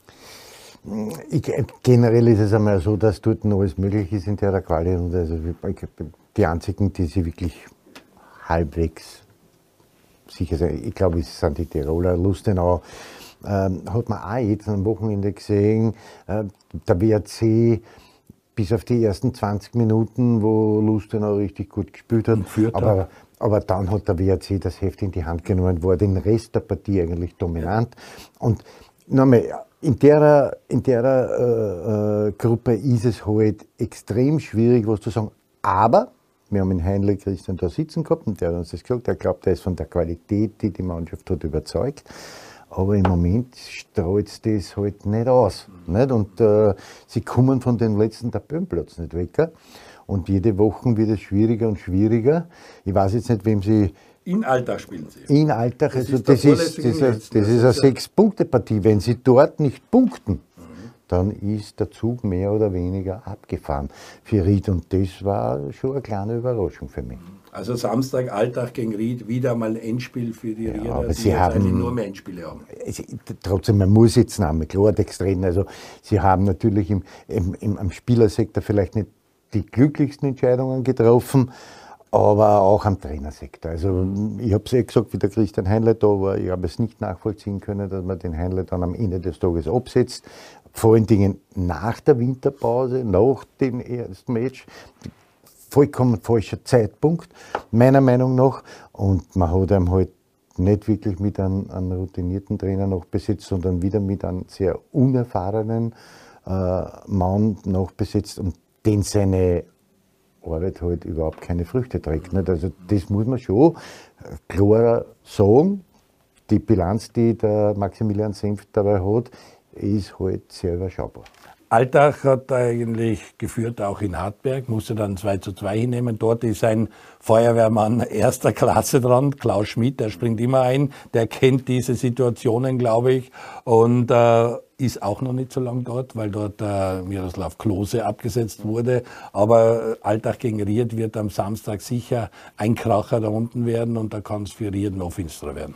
Generell ist es einmal so, dass dort alles möglich ist in der Quali. Und also die einzigen, die sie wirklich halbwegs sicher sind, ich glaube, es sind die Tiroler. Lustenau hat man auch jetzt am Wochenende gesehen. Der WRC bis auf die ersten 20 Minuten, wo Lustenau richtig gut gespielt hat. Aber dann hat der WRC das Heft in die Hand genommen, war den Rest der Partie eigentlich dominant. Und nochmal, in der Gruppe ist es halt extrem schwierig, was zu sagen. Aber wir haben in Heinle Christian da sitzen gehabt und der hat uns das gesagt. Er glaubt, er ist von der Qualität, die die Mannschaft hat, überzeugt. Aber im Moment strahlt es das halt nicht aus. Nicht? Und sie kommen von dem letzten Tabellenplatz nicht weg. Und jede Woche wird es schwieriger und schwieriger. Ich weiß jetzt nicht, wem sie...
In Alltag spielen sie.
In Alltag, also das ist eine 6-Punkte-Partie. Wenn sie dort nicht punkten, dann ist der Zug mehr oder weniger abgefahren für Ried. Und das war schon eine kleine Überraschung für mich.
Also Samstag, Alltag gegen Ried, wieder mal ein Endspiel für die Rieder,
aber
die
sie
jetzt
haben,
eigentlich nur mehr Endspiele haben.
Trotzdem, man muss jetzt Namen Klartext reden. Also sie haben natürlich am Spielersektor vielleicht nicht die glücklichsten Entscheidungen getroffen, aber auch am Trainersektor. Also ich habe es gesagt, wie der Christian Heinle da war, ich habe es nicht nachvollziehen können, dass man den Heinle dann am Ende des Tages absetzt. Vor allen Dingen nach der Winterpause, nach dem ersten Match. Vollkommen falscher Zeitpunkt, meiner Meinung nach. Und man hat ihm halt nicht wirklich mit einem routinierten Trainer noch besetzt, sondern wieder mit einem sehr unerfahrenen Mann noch besetzt und den seine Arbeit halt überhaupt keine Früchte trägt. Nicht? Also das muss man schon klarer sagen. Die Bilanz, die der Maximilian Senft dabei hat, ist halt sehr überschaubar.
Alltag hat eigentlich geführt, auch in Hartberg, musste dann 2:2 hinnehmen. Dort ist ein Feuerwehrmann erster Klasse dran, Klaus Schmidt, der springt immer ein, der kennt diese Situationen, glaube ich, und ist auch noch nicht so lange dort, weil dort Miroslav Klose abgesetzt wurde. Aber Alltag gegen Ried wird am Samstag sicher ein Kracher da unten werden und da kann es für Ried noch finsterer werden.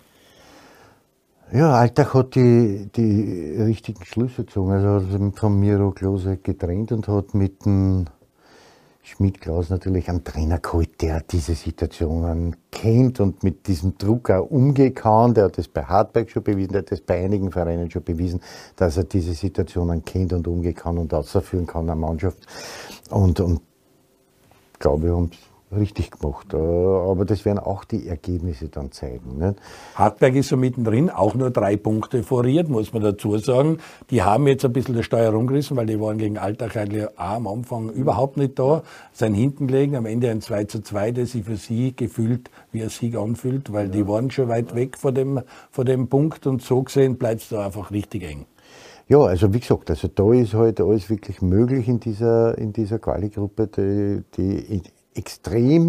Ja, Alltag hat die richtigen Schlüsse gezogen. Also hat von Miro Klose getrennt und hat mit dem Schmidt-Klaus natürlich einen Trainer geholt, der diese Situationen kennt und mit diesem Druck auch umgehen kann. Der hat das bei Hartberg schon bewiesen, der hat das bei einigen Vereinen schon bewiesen, dass er diese Situationen kennt und umgehen kann und ausführen kann, eine Mannschaft. Und glaube, wir haben es richtig gemacht. Aber das werden auch die Ergebnisse dann zeigen. Nicht?
Hartberg ist so mittendrin, auch nur 3 Punkte vor Ried, muss man dazu sagen. Die haben jetzt ein bisschen die Steuer rumgerissen, weil die waren gegen Alltag eigentlich am Anfang überhaupt nicht da. Sind hinten gelegen, am Ende ein 2:2, das sich für sie gefühlt wie ein Sieg anfühlt, weil die waren schon weit weg vor dem Punkt und so gesehen bleibt es da einfach richtig eng.
Ja, also wie gesagt, also da ist halt alles wirklich möglich in dieser Quali-Gruppe, die extrem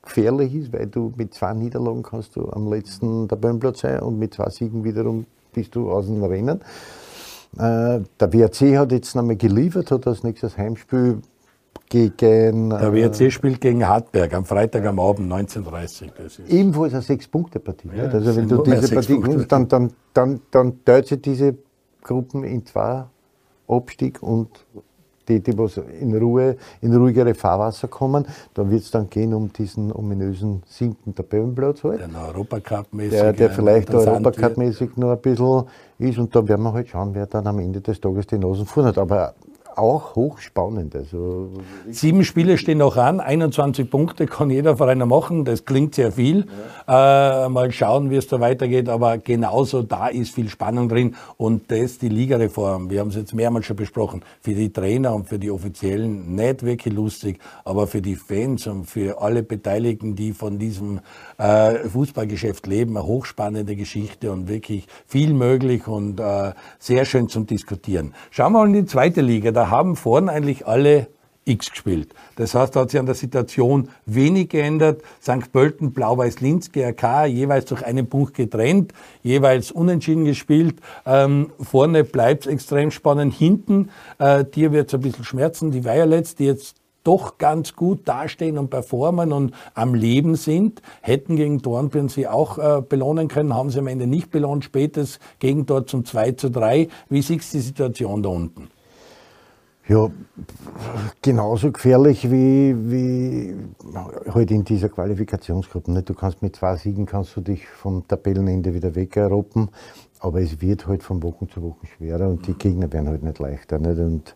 gefährlich ist, weil du mit 2 Niederlagen kannst du am letzten Tabellenplatz sein und mit 2 Siegen wiederum bist du aus dem Rennen. Der WRC hat jetzt nochmal geliefert, hat als nächstes Heimspiel gegen...
Der WRC spielt gegen Hartberg am Freitag am Abend 19:30 Uhr.
Ebenfalls eine 6-Punkte-Partie.
Ja,
also wenn du diese Partie gewinnst, dann teilt sich diese Gruppen in 2 Abstieg und die was in ruhigere Fahrwasser kommen, da wird es dann gehen um diesen ominösen 7. Tabellenplatz halt.
Der Europacup-mäßig.
Der vielleicht Europacup-mäßig noch ein bisschen ist und da werden wir halt schauen, wer dann am Ende des Tages die Nasen vorn hat. Aber auch hochspannend. Also
7 Spiele stehen noch an, 21 Punkte kann jeder Verein machen, das klingt sehr viel. Ja. Mal schauen, wie es da weitergeht, aber genauso da ist viel Spannung drin und das die Ligareform, wir haben es jetzt mehrmals schon besprochen, für die Trainer und für die Offiziellen nicht wirklich lustig, aber für die Fans und für alle Beteiligten, die von diesem Fußballgeschäft leben, eine hochspannende Geschichte und wirklich viel möglich und sehr schön zum Diskutieren. Schauen wir mal in die zweite Liga, da haben vorne eigentlich alle X gespielt. Das heißt, da hat sich an der Situation wenig geändert. St. Pölten, Blau-Weiß-Linz, GRK, jeweils durch einen Punkt getrennt, jeweils unentschieden gespielt. Vorne bleibt es extrem spannend. Hinten, dir wird es ein bisschen schmerzen, die Violets, die jetzt doch ganz gut dastehen und performen und am Leben sind, hätten gegen Dornbirn sie auch belohnen können, haben sie am Ende nicht belohnt, spätes Gegentor zum 2:3. Wie siehst du die Situation da unten?
Ja, genauso gefährlich wie halt in dieser Qualifikationsgruppe. Nicht? Du kannst mit 2 Siegen kannst du dich vom Tabellenende wieder wegruppen, aber es wird halt von Woche zu Woche schwerer und die Gegner werden halt nicht leichter. Nicht? Und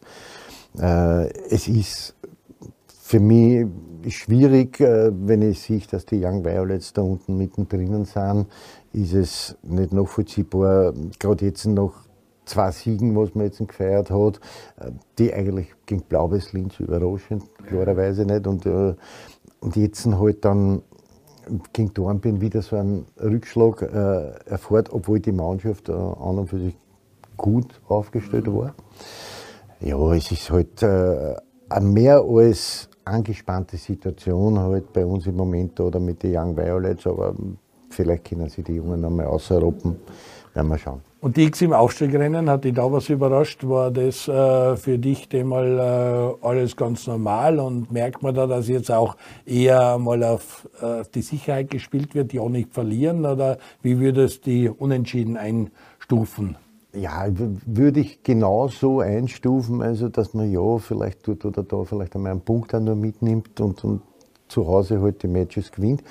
es ist für mich schwierig, wenn ich sehe, dass die Young Violets da unten mittendrin sind, ist es nicht nachvollziehbar, gerade jetzt noch 2 Siegen, was man jetzt gefeiert hat, die eigentlich gegen Blau-Weiß-Linz überraschend, klarerweise nicht. Und jetzt halt dann gegen Dornbirn wieder so einen Rückschlag erfährt, obwohl die Mannschaft an und für sich gut aufgestellt war. Ja, es ist halt eine mehr als angespannte Situation halt bei uns im Moment oder mit den Young Violets, aber vielleicht können sie die Jungen einmal ausroppen, werden wir schauen.
Und die X im Aufstiegrennen, hat dich da was überrascht? War das für dich mal alles ganz normal und merkt man da, dass jetzt auch eher mal auf die Sicherheit gespielt wird, ja nicht verlieren, oder wie würdest du die Unentschieden einstufen?
Ja, würde ich genauso einstufen, also dass man ja vielleicht tut oder da vielleicht einmal einen Punkt nur mitnimmt und zu Hause halt die Matches gewinnt.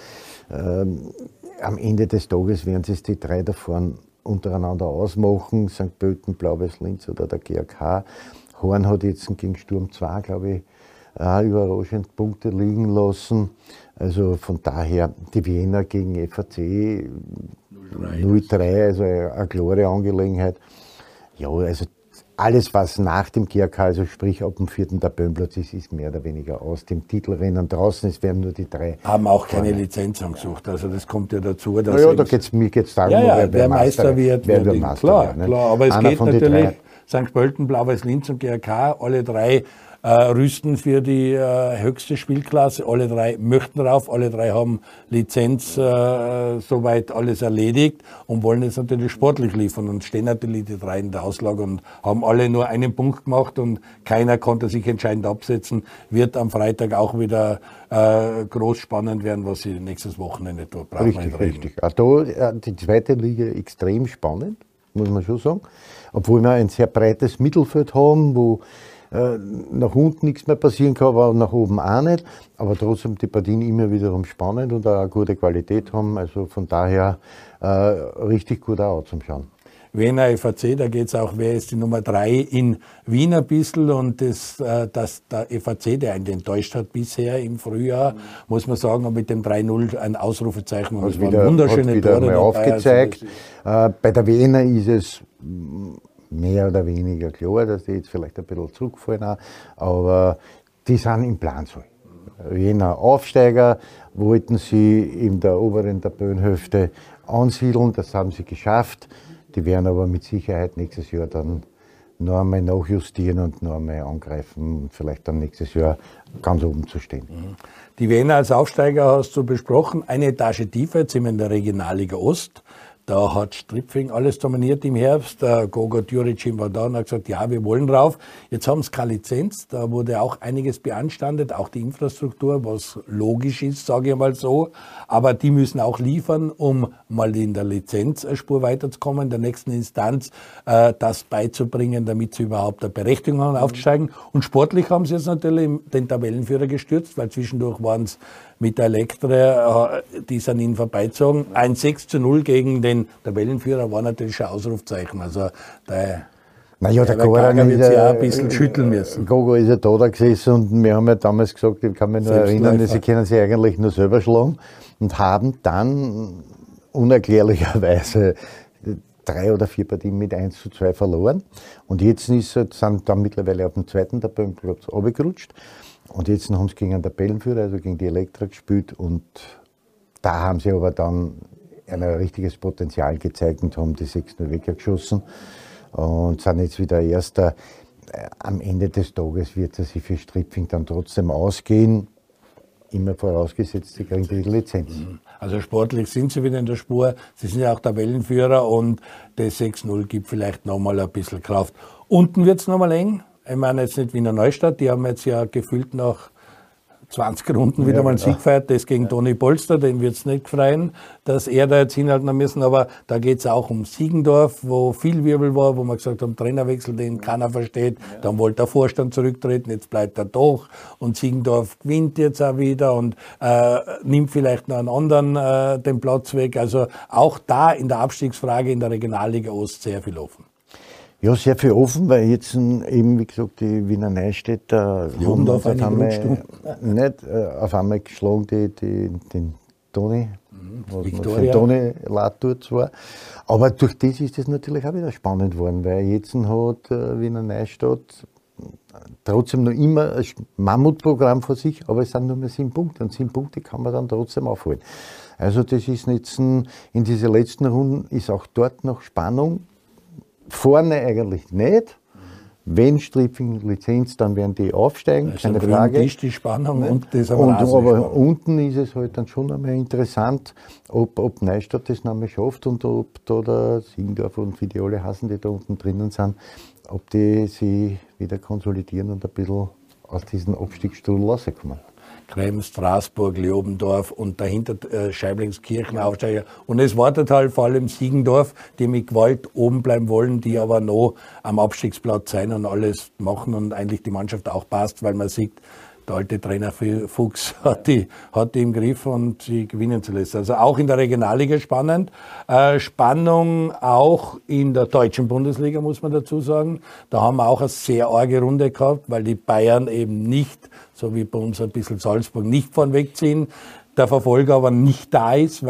Am Ende des Tages werden sich die 3 da vorne untereinander ausmachen, St. Pölten, Blau-Weiß-Linz oder der GRK. Horn hat jetzt gegen Sturm 2, glaube ich, auch überraschend Punkte liegen lassen. Also von daher die Wiener gegen FAC 0:3, also eine klare Angelegenheit. Ja, also alles, was nach dem GRK, also sprich ab dem 4. Tabellenplatz ist, ist mehr oder weniger aus dem Titelrennen draußen. Es werden nur die 3.
Haben auch keine Lizenz angesucht, also das kommt ja dazu. Dass
ja, da mir geht's darum,
wer Meister wird.
Wer Meister
klar,
wird,
klar, aber es geht natürlich, St. Pölten, Blau-Weiß-Linz und GRK, alle 3 rüsten für die höchste Spielklasse. Alle 3 möchten rauf, alle 3 haben Lizenz, soweit alles erledigt und wollen jetzt natürlich sportlich liefern und stehen natürlich die 3 in der Auslage und haben alle nur einen Punkt gemacht und keiner konnte sich entscheidend absetzen. Wird am Freitag auch wieder groß spannend werden, was sie nächstes Wochenende tut.
Richtig. Auch da die zweite Liga extrem spannend, muss man schon sagen. Obwohl wir ein sehr breites Mittelfeld haben, wo nach unten nichts mehr passieren kann, aber nach oben auch nicht. Aber trotzdem die Partien immer wiederum spannend und auch eine gute Qualität haben. Also von daher richtig gut auch zum Schauen.
Wiener FAC, da geht es auch, wer ist die Nummer 3 in Wien ein bisschen und dass der FAC, der einen enttäuscht hat bisher im Frühjahr, muss man sagen, mit dem 3:0 ein Ausrufezeichen und es waren wunderschöne Tore dabei.
Aufgezeigt. Also bei der Wiener ist es mehr oder weniger klar, dass die jetzt vielleicht ein bisschen zurückfallen auch, aber die sind im Plan so. Wiener Aufsteiger wollten sie in der oberen Tabellenhälfte ansiedeln, das haben sie geschafft. Die werden aber mit Sicherheit nächstes Jahr dann noch einmal nachjustieren und noch einmal angreifen und vielleicht dann nächstes Jahr ganz oben zu stehen.
Die Wiener als Aufsteiger hast du besprochen, eine Etage tiefer, jetzt sind wir in der Regionalliga Ost. Da hat Stripfing alles dominiert im Herbst. Der Gogo Djuricin war da und hat gesagt, ja, wir wollen drauf. Jetzt haben sie keine Lizenz. Da wurde auch einiges beanstandet, auch die Infrastruktur, was logisch ist, sage ich mal so. Aber die müssen auch liefern, um mal in der Lizenzspur weiterzukommen, in der nächsten Instanz das beizubringen, damit sie überhaupt eine Berechtigung haben, aufzusteigen. Und sportlich haben sie jetzt natürlich den Tabellenführer gestürzt, weil zwischendurch waren es mit der Elektra, die sind ihnen vorbeizogen. Ein 6:0 gegen den Tabellenführer war natürlich schon ein Ausrufzeichen. Also der
Goran
wird sich auch ein bisschen schütteln müssen.
Gogo ist ja da gesessen und wir haben ja damals gesagt, ich kann mich nur erinnern, sie können sich eigentlich nur selber schlagen und haben dann unerklärlicherweise 3 oder 4 Partien mit 1:2 verloren. Und jetzt sind dann mittlerweile auf dem zweiten Tabellenplatz runtergerutscht. Und jetzt haben sie gegen den Tabellenführer, also gegen die Elektra gespielt. Und da haben sie aber dann ein richtiges Potenzial gezeigt und haben die 6:0 weggeschossen. Und sind jetzt wieder Erster. Am Ende des Tages wird es sich für Stripfing dann trotzdem ausgehen. Immer vorausgesetzt, sie kriegen die Lizenz.
Also sportlich sind sie wieder in der Spur. Sie sind ja auch Tabellenführer und das 6:0 gibt vielleicht nochmal ein bisschen Kraft. Unten wird es nochmal eng. Ich meine jetzt nicht Wiener Neustadt, die haben jetzt ja gefühlt nach 20 Runden wieder mal einen Sieg gefeiert. Das gegen Toni Polster, den wird es nicht freuen, dass er da jetzt hinhalten müssen. Aber da geht es auch um Siegendorf, wo viel Wirbel war, wo man gesagt haben, Trainerwechsel, den keiner versteht. Dann wollte der Vorstand zurücktreten, jetzt bleibt er doch. Und Siegendorf gewinnt jetzt auch wieder und nimmt vielleicht noch einen anderen den Platz weg. Also auch da in der Abstiegsfrage in der Regionalliga Ost sehr viel offen.
Ja, sehr viel offen, weil jetzt eben, wie gesagt, die Wiener Neustädter
haben auf
einmal geschlagen, den Toni,
Victoria.
Toni Latour zwar. Aber durch das ist es natürlich auch wieder spannend geworden, weil jetzt hat Wiener Neustadt trotzdem noch immer ein Mammutprogramm vor sich, aber es sind nur mehr 7 Punkte und 7 Punkte kann man dann trotzdem aufholen. Also das ist jetzt in diese letzten Runden ist auch dort noch Spannung. Vorne eigentlich nicht. Wenn Stripfing Lizenz, dann werden die aufsteigen,
also
keine Frage.
Ist die Spannung und das
aber unten ist es halt dann schon einmal interessant, ob Neustadt das noch einmal schafft und ob da der Siegendorf und wie die alle heißen, die da unten drinnen sind, ob die sich wieder konsolidieren und ein bisschen aus diesem Abstiegsstuhl rauskommen.
Krems, Straßburg, Leobendorf und dahinter Scheiblingskirchen Aufsteiger. Und es wartet halt vor allem Siegendorf, die mit Gewalt oben bleiben wollen, die aber noch am Abstiegsplatz sein und alles machen und eigentlich die Mannschaft auch passt, weil man sieht, der alte Trainer Fuchs hat die im Griff und sie gewinnen zu lassen. Also auch in der Regionalliga spannend. Spannung auch in der deutschen Bundesliga, muss man dazu sagen. Da haben wir auch eine sehr arge Runde gehabt, weil die Bayern eben nicht, so wie bei uns ein bisschen Salzburg, nicht vorn wegziehen. Der Verfolger aber nicht da ist,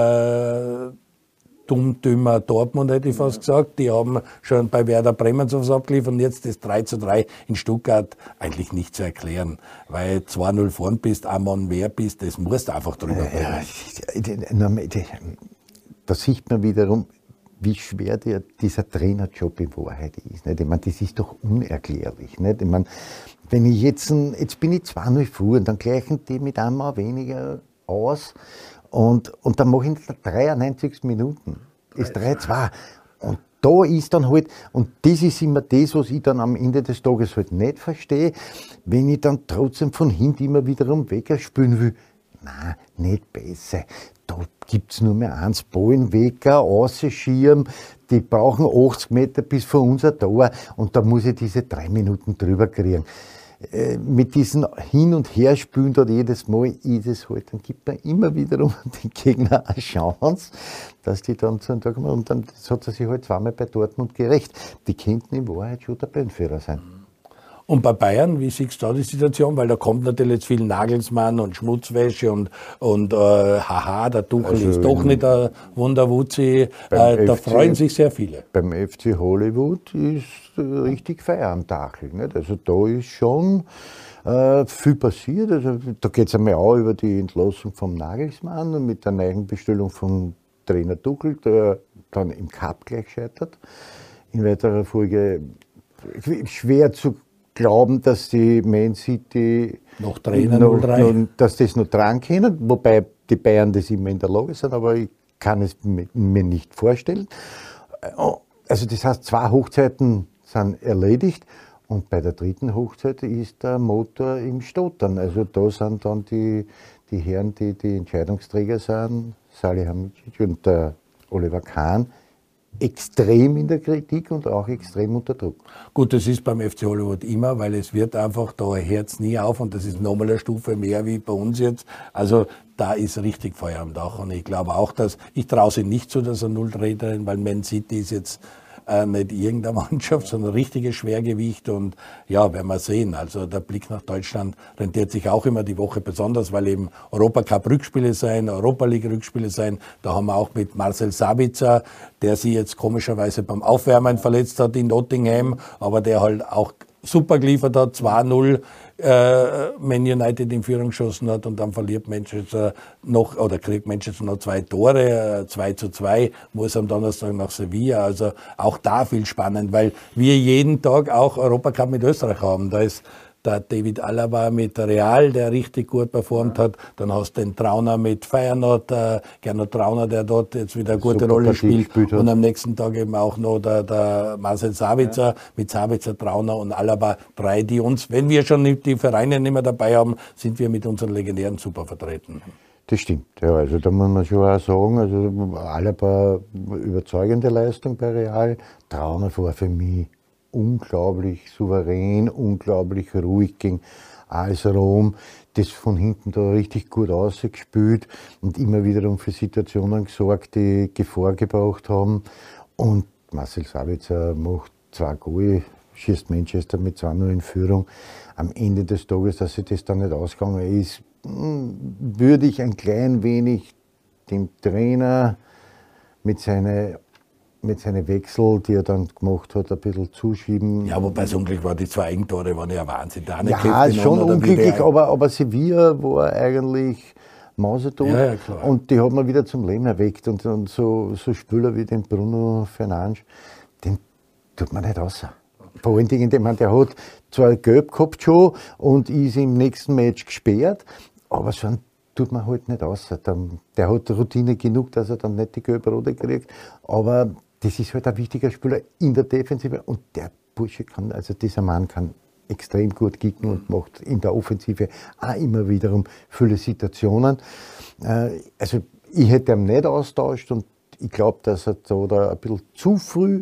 weil Dummdümmer Dortmund, hätte ich fast gesagt. Die haben schon bei Werder Bremen sowas abgeliefert und jetzt das 3:3 in Stuttgart eigentlich nicht zu erklären. Weil 2:0 vorn bist, ein Mann mehr bist, das musst du einfach drüber bringen.
Da sieht man wiederum, wie schwer dieser Trainerjob in Wahrheit ist. Nicht? Ich meine, das ist doch unerklärlich. Nicht? Ich meine, wenn ich jetzt bin ich 2:0 vor und dann gleichen die mit einmal weniger aus. Und dann mache ich in der 93. Minuten. Ist 3:2. Und da ist dann halt, und das ist immer das, was ich dann am Ende des Tages halt nicht verstehe, wenn ich dann trotzdem von hinten immer wiederum wegspielen will. Nein, nicht besser. Da gibt es nur mehr eins, Ballenwecker, Außenschirm, die brauchen 80 Meter bis vor unser Tor und da muss ich diese 3 Minuten drüber kriegen. Mit diesen Hin- und Herspülen dort jedes Mal ist es halt, dann gibt man immer wiederum den Gegner eine Chance, dass die dann zu einem Tag kommen. Und dann hat er sich halt zweimal bei Dortmund gerecht. Die könnten in Wahrheit schon Tabellenführer sein.
Und bei Bayern, wie siehst du da die Situation? Weil da kommt natürlich jetzt viel Nagelsmann und Schmutzwäsche und haha, der Tuchel also ist doch nicht ein Wunderwutzi. Da freuen sich sehr viele.
Beim FC Hollywood ist richtig Feier am Tag. Nicht? Also da ist schon viel passiert. Also, da geht es einmal auch über die Entlassung vom Nagelsmann und mit der neuen Bestellung vom Trainer Tuchel, der dann im Cup gleich scheitert. In weiterer Folge schwer zu glauben, dass die Man City
noch Trainer 0-3,
dass das noch dran können, wobei die Bayern das immer in der Lage sind, aber ich kann es mir nicht vorstellen. Also das heißt, 2 Hochzeiten sind erledigt und bei der 3. Hochzeit ist der Motor im Stottern. Also da sind dann die Herren, die Entscheidungsträger sind, Salihamidzic und der Oliver Kahn, extrem in der Kritik und auch extrem unter Druck.
Gut, das ist beim FC Hollywood immer, weil es wird einfach, da hört es nie auf und das ist nochmal eine Stufe mehr wie bei uns jetzt. Also da ist richtig Feuer am Dach und ich glaube auch, ich traue sie nicht zu, dass er 0-3 drin, weil Man City ist jetzt nicht irgendeine Mannschaft, sondern ein richtiges Schwergewicht und ja, werden wir sehen. Also der Blick nach Deutschland rentiert sich auch immer die Woche besonders, weil eben Europacup-Rückspiele sein, Europa-League-Rückspiele sein. Da haben wir auch mit Marcel Sabitzer, der sich jetzt komischerweise beim Aufwärmen verletzt hat in Nottingham, aber der halt auch super geliefert hat, 2-0 Man United in Führung geschossen hat und dann verliert Manchester noch, oder kriegt Manchester noch 2 Tore, 2-2, muss am Donnerstag nach Sevilla. Also auch da viel spannend, weil wir jeden Tag auch Europacup mit Österreich haben. Da ist der David Alaba mit Real, der richtig gut performt hat. Dann hast du den Trauner mit Feyenoord, Gernot Trauner, der dort jetzt wieder eine gute Rolle spielt. Und am nächsten Tag eben auch noch der Marcel Sabitzer mit Sabitzer, Trauner und Alaba. 3, die uns, wenn wir schon die Vereine nicht mehr dabei haben, sind wir mit unseren Legendären super vertreten.
Das stimmt, ja, also da muss man schon auch sagen, also Alaba überzeugende Leistung bei Real. Trauner war für mich unglaublich souverän, unglaublich ruhig gegen AS Rom, das von hinten da richtig gut ausgespielt und immer wiederum für Situationen gesorgt, die Gefahr gebraucht haben. Und Marcel Sabitzer macht 2 Goal, schießt Manchester mit 2-0 in Führung. Am Ende des Tages, dass sich das dann nicht ausgegangen ist, würde ich ein klein wenig dem Trainer mit seinen Wechsel, die er dann gemacht hat, ein bisschen zuschieben.
Ja, wobei es unglücklich war, die 2 Eigentore waren ja Wahnsinn.
Ja, schon unglücklich, aber Sevilla war eigentlich mausetot.
Ja, klar.
Und die hat man wieder zum Leben erweckt. Und so Spieler wie den Bruno Fernandes, den tut man nicht raus. Vor allen Dingen, der hat zwar gelb gehabt schon und ist im nächsten Match gesperrt, aber so einen tut man halt nicht raus. Der hat Routine genug, dass er dann nicht die gelbe-rote kriegt, aber das ist halt ein wichtiger Spieler in der Defensive und der Bursche kann, also dieser Mann kann extrem gut kicken und macht in der Offensive auch immer wiederum viele Situationen. Also ich hätte ihn nicht austauscht und ich glaube, dass er da ein bisschen zu früh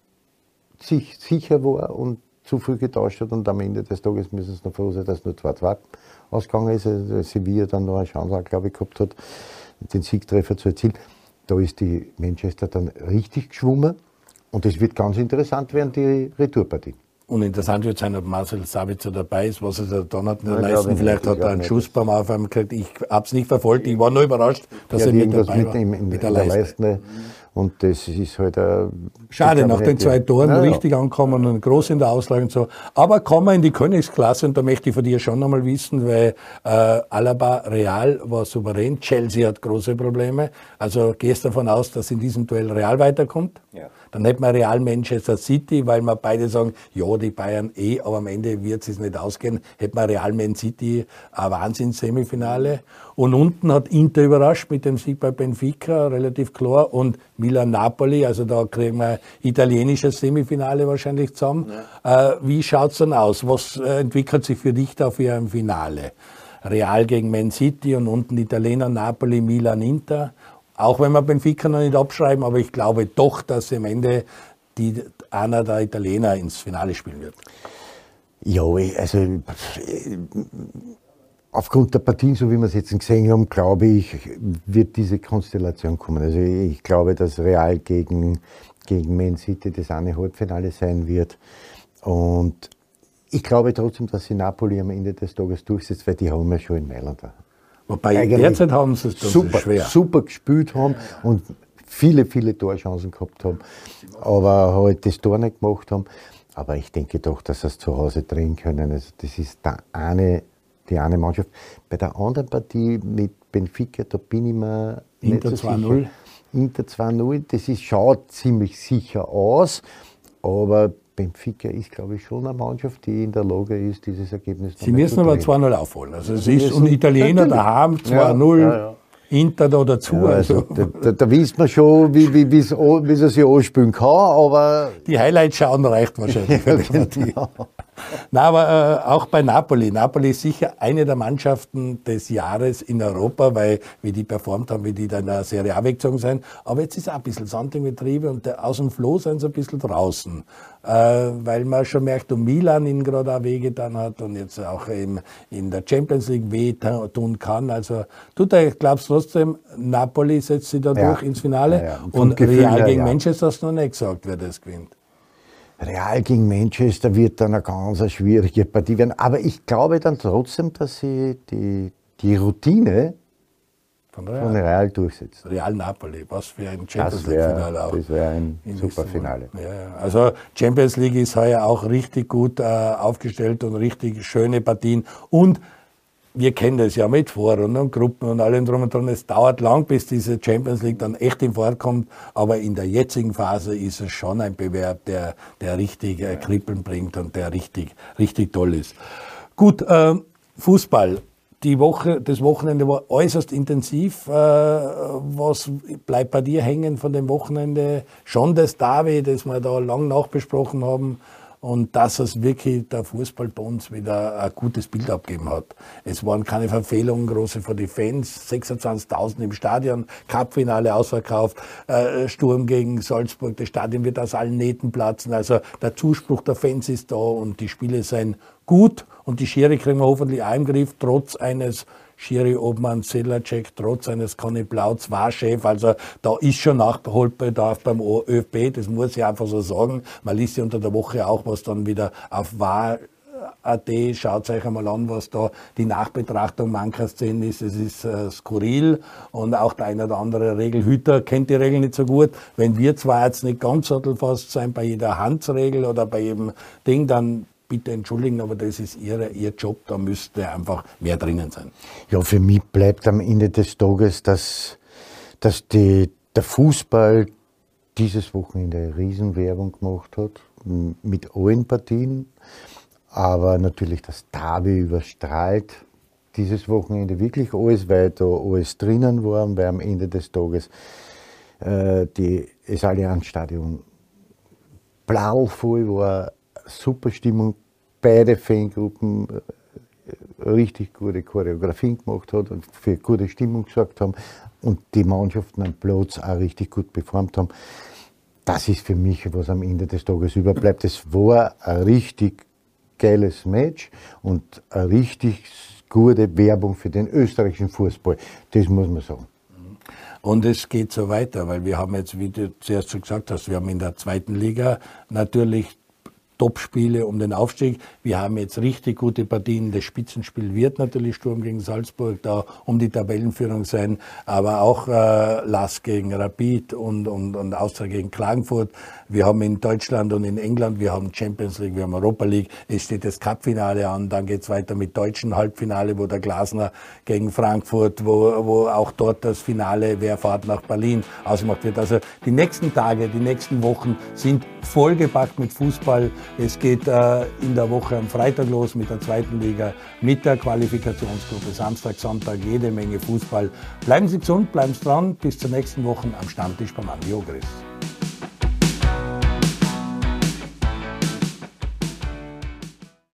sich sicher war und zu früh getauscht hat und am Ende des Tages müssen es noch froh sein, dass nur 2-2 ausgegangen ist. Also Sevilla dann noch eine Chance, glaube ich, gehabt hat, den Siegtreffer zu erzielen. Da ist die Manchester dann richtig geschwommen und es wird ganz interessant werden, die Retourpartie.
Und interessant wird sein, ob Marcel Sabitzer dabei ist, was er dann hat in der Leisten. Vielleicht hat er einen Schuss beim Aufwärmen gekriegt. Ich habe es nicht verfolgt. Ich war nur überrascht, dass er mit dabei war.
Mit der Leiste. Und das ist halt
schade, nach den 2 Toren richtig ankommen und groß in der Auslage und so. Aber kommen wir in die Königsklasse und da möchte ich von dir schon einmal wissen, weil Alaba Real war souverän, Chelsea hat große Probleme. Also gehst davon aus, dass in diesem Duell Real weiterkommt? Ja. Dann hätten wir Real Manchester City, weil wir beide sagen, ja, die Bayern aber am Ende wird es nicht ausgehen. Hätten wir Real Man City ein Wahnsinns-Semifinale. Und unten hat Inter überrascht mit dem Sieg bei Benfica, relativ klar. Und Milan-Napoli, also da kriegen wir ein italienisches Semifinale wahrscheinlich zusammen. Ja. Wie schaut's dann aus? Was entwickelt sich für dich da für ein Finale? Real gegen Man City und unten Italiener, Napoli, Milan, Inter. Auch wenn wir Benfica noch nicht abschreiben, aber ich glaube doch, dass am Ende einer der Italiener ins Finale spielen wird.
Ja, also aufgrund der Partien, so wie wir es jetzt gesehen haben, glaube ich, wird diese Konstellation kommen. Also ich glaube, dass Real gegen Man City das eine Halbfinale sein wird. Und ich glaube trotzdem, dass sie Napoli am Ende des Tages durchsetzt, weil die haben ja schon in Mailand.
Wobei derzeit haben sie es
super gespielt haben und viele Torchancen gehabt haben, aber halt das Tor nicht gemacht haben. Aber ich denke doch, dass sie es zu Hause drehen können. Also das ist die eine Mannschaft. Bei der anderen Partie mit Benfica, da bin ich mir
Inter
nicht so
2-0.
sicher. Inter 2-0, das schaut ziemlich sicher aus, aber Benfica ist, glaube ich, schon eine Mannschaft, die in der Lage ist, dieses Ergebnis
Sie müssen aber 2-0 aufholen. Also es ist ein Italiener daheim, 2-0,
Ja.
Inter da dazu.
Ja, also da weiß man schon, wie es sich anspielen kann, aber...
Die Highlights schauen reicht wahrscheinlich.
Ja, genau.
Nein, aber auch bei Napoli. Napoli ist sicher eine der Mannschaften des Jahres in Europa, weil wie die performt haben, wie die dann in der Serie A weggezogen sind. Aber jetzt ist auch ein bisschen Sand im Getriebe und aus dem Floh sind sie ein bisschen draußen. Weil man schon merkt, und Milan ihnen gerade auch wehgetan hat und jetzt auch in der Champions League wehtun kann. Also glaubst du trotzdem, Napoli setzt sich da durch ins Finale?
Ja.
Und Real gegen Manchester hast du noch nicht gesagt, wer das gewinnt.
Real gegen Manchester wird dann eine ganz schwierige Partie werden. Aber ich glaube dann trotzdem, dass sie die Routine von Real durchsetzt.
Real Napoli, was für ein Champions League-Finale auch.
Das wäre ein super Finale.
Ja, also Champions League ist heuer auch richtig gut aufgestellt und richtig schöne Partien. Und wir kennen das ja mit Vorrunden und Gruppen und allem drum und dran. Es dauert lang, bis diese Champions League dann echt in Fahrt kommt. Aber in der jetzigen Phase ist es schon ein Bewerb, der richtig Kribbeln bringt und der richtig toll ist. Gut, Fußball. Das Wochenende war äußerst intensiv. Was bleibt bei dir hängen von dem Wochenende? Schon das Derby, das wir da lang nachbesprochen haben. Und dass es wirklich der Fußball bei uns wieder ein gutes Bild abgegeben hat. Es waren keine Verfehlungen große für die Fans, 26.000 im Stadion, Cup-Finale ausverkauft, Sturm gegen Salzburg, das Stadion wird aus allen Nähten platzen. Also der Zuspruch der Fans ist da und die Spiele sind gut und die Schiri kriegen wir hoffentlich auch im Griff, trotz eines Schiri-Obmann Selacek, trotz eines Conny Plautz war Chef. Also da ist schon Nachholbedarf beim ÖFB, das muss ich einfach so sagen. Man liest ja unter der Woche auch, was dann wieder auf war.at, schaut euch einmal an, was da die Nachbetrachtung mancher Szenen ist. Es ist skurril und auch der eine oder andere Regelhüter kennt die Regel nicht so gut. Wenn wir zwar jetzt nicht ganz sattelfast sein bei jeder Handsregel oder bei jedem Ding, dann bitte entschuldigen, aber das ist Ihr Job, da müsste einfach mehr drinnen sein.
Ja, für mich bleibt am Ende des Tages, dass der Fußball dieses Wochenende eine Riesenwerbung gemacht hat, mit allen Partien, aber natürlich das Derby überstrahlt dieses Wochenende wirklich alles, weil da alles drinnen war, weil am Ende des Tages das Allianz-Stadion blauvoll war, super Stimmung, beide Fangruppen richtig gute Choreografien gemacht hat und für gute Stimmung gesorgt haben und die Mannschaften am Platz auch richtig gut performt haben. Das ist für mich, was am Ende des Tages überbleibt. Es war ein richtig geiles Match und eine richtig gute Werbung für den österreichischen Fußball. Das muss man sagen.
Und es geht so weiter, weil wir haben jetzt, wie du zuerst schon gesagt hast, wir haben in der zweiten Liga natürlich Topspiele um den Aufstieg. Wir haben jetzt richtig gute Partien. Das Spitzenspiel wird natürlich Sturm gegen Salzburg da um die Tabellenführung sein, aber auch Lask gegen Rapid und Austria gegen Klagenfurt. Wir haben in Deutschland und in England, wir haben Champions League, wir haben Europa League. Es steht das Cup-Finale an, dann geht's weiter mit deutschen Halbfinale, wo der Glasner gegen Frankfurt, wo auch dort das Finale, wer fährt nach Berlin, ausgemacht wird. Also die nächsten Tage, die nächsten Wochen sind vollgepackt mit Fußball. Es geht in der Woche am Freitag los mit der zweiten Liga, mit der Qualifikationsgruppe. Samstag, Sonntag, jede Menge Fußball. Bleiben Sie gesund, bleiben Sie dran. Bis zur nächsten Woche am Stammtisch beim Andi Ogris.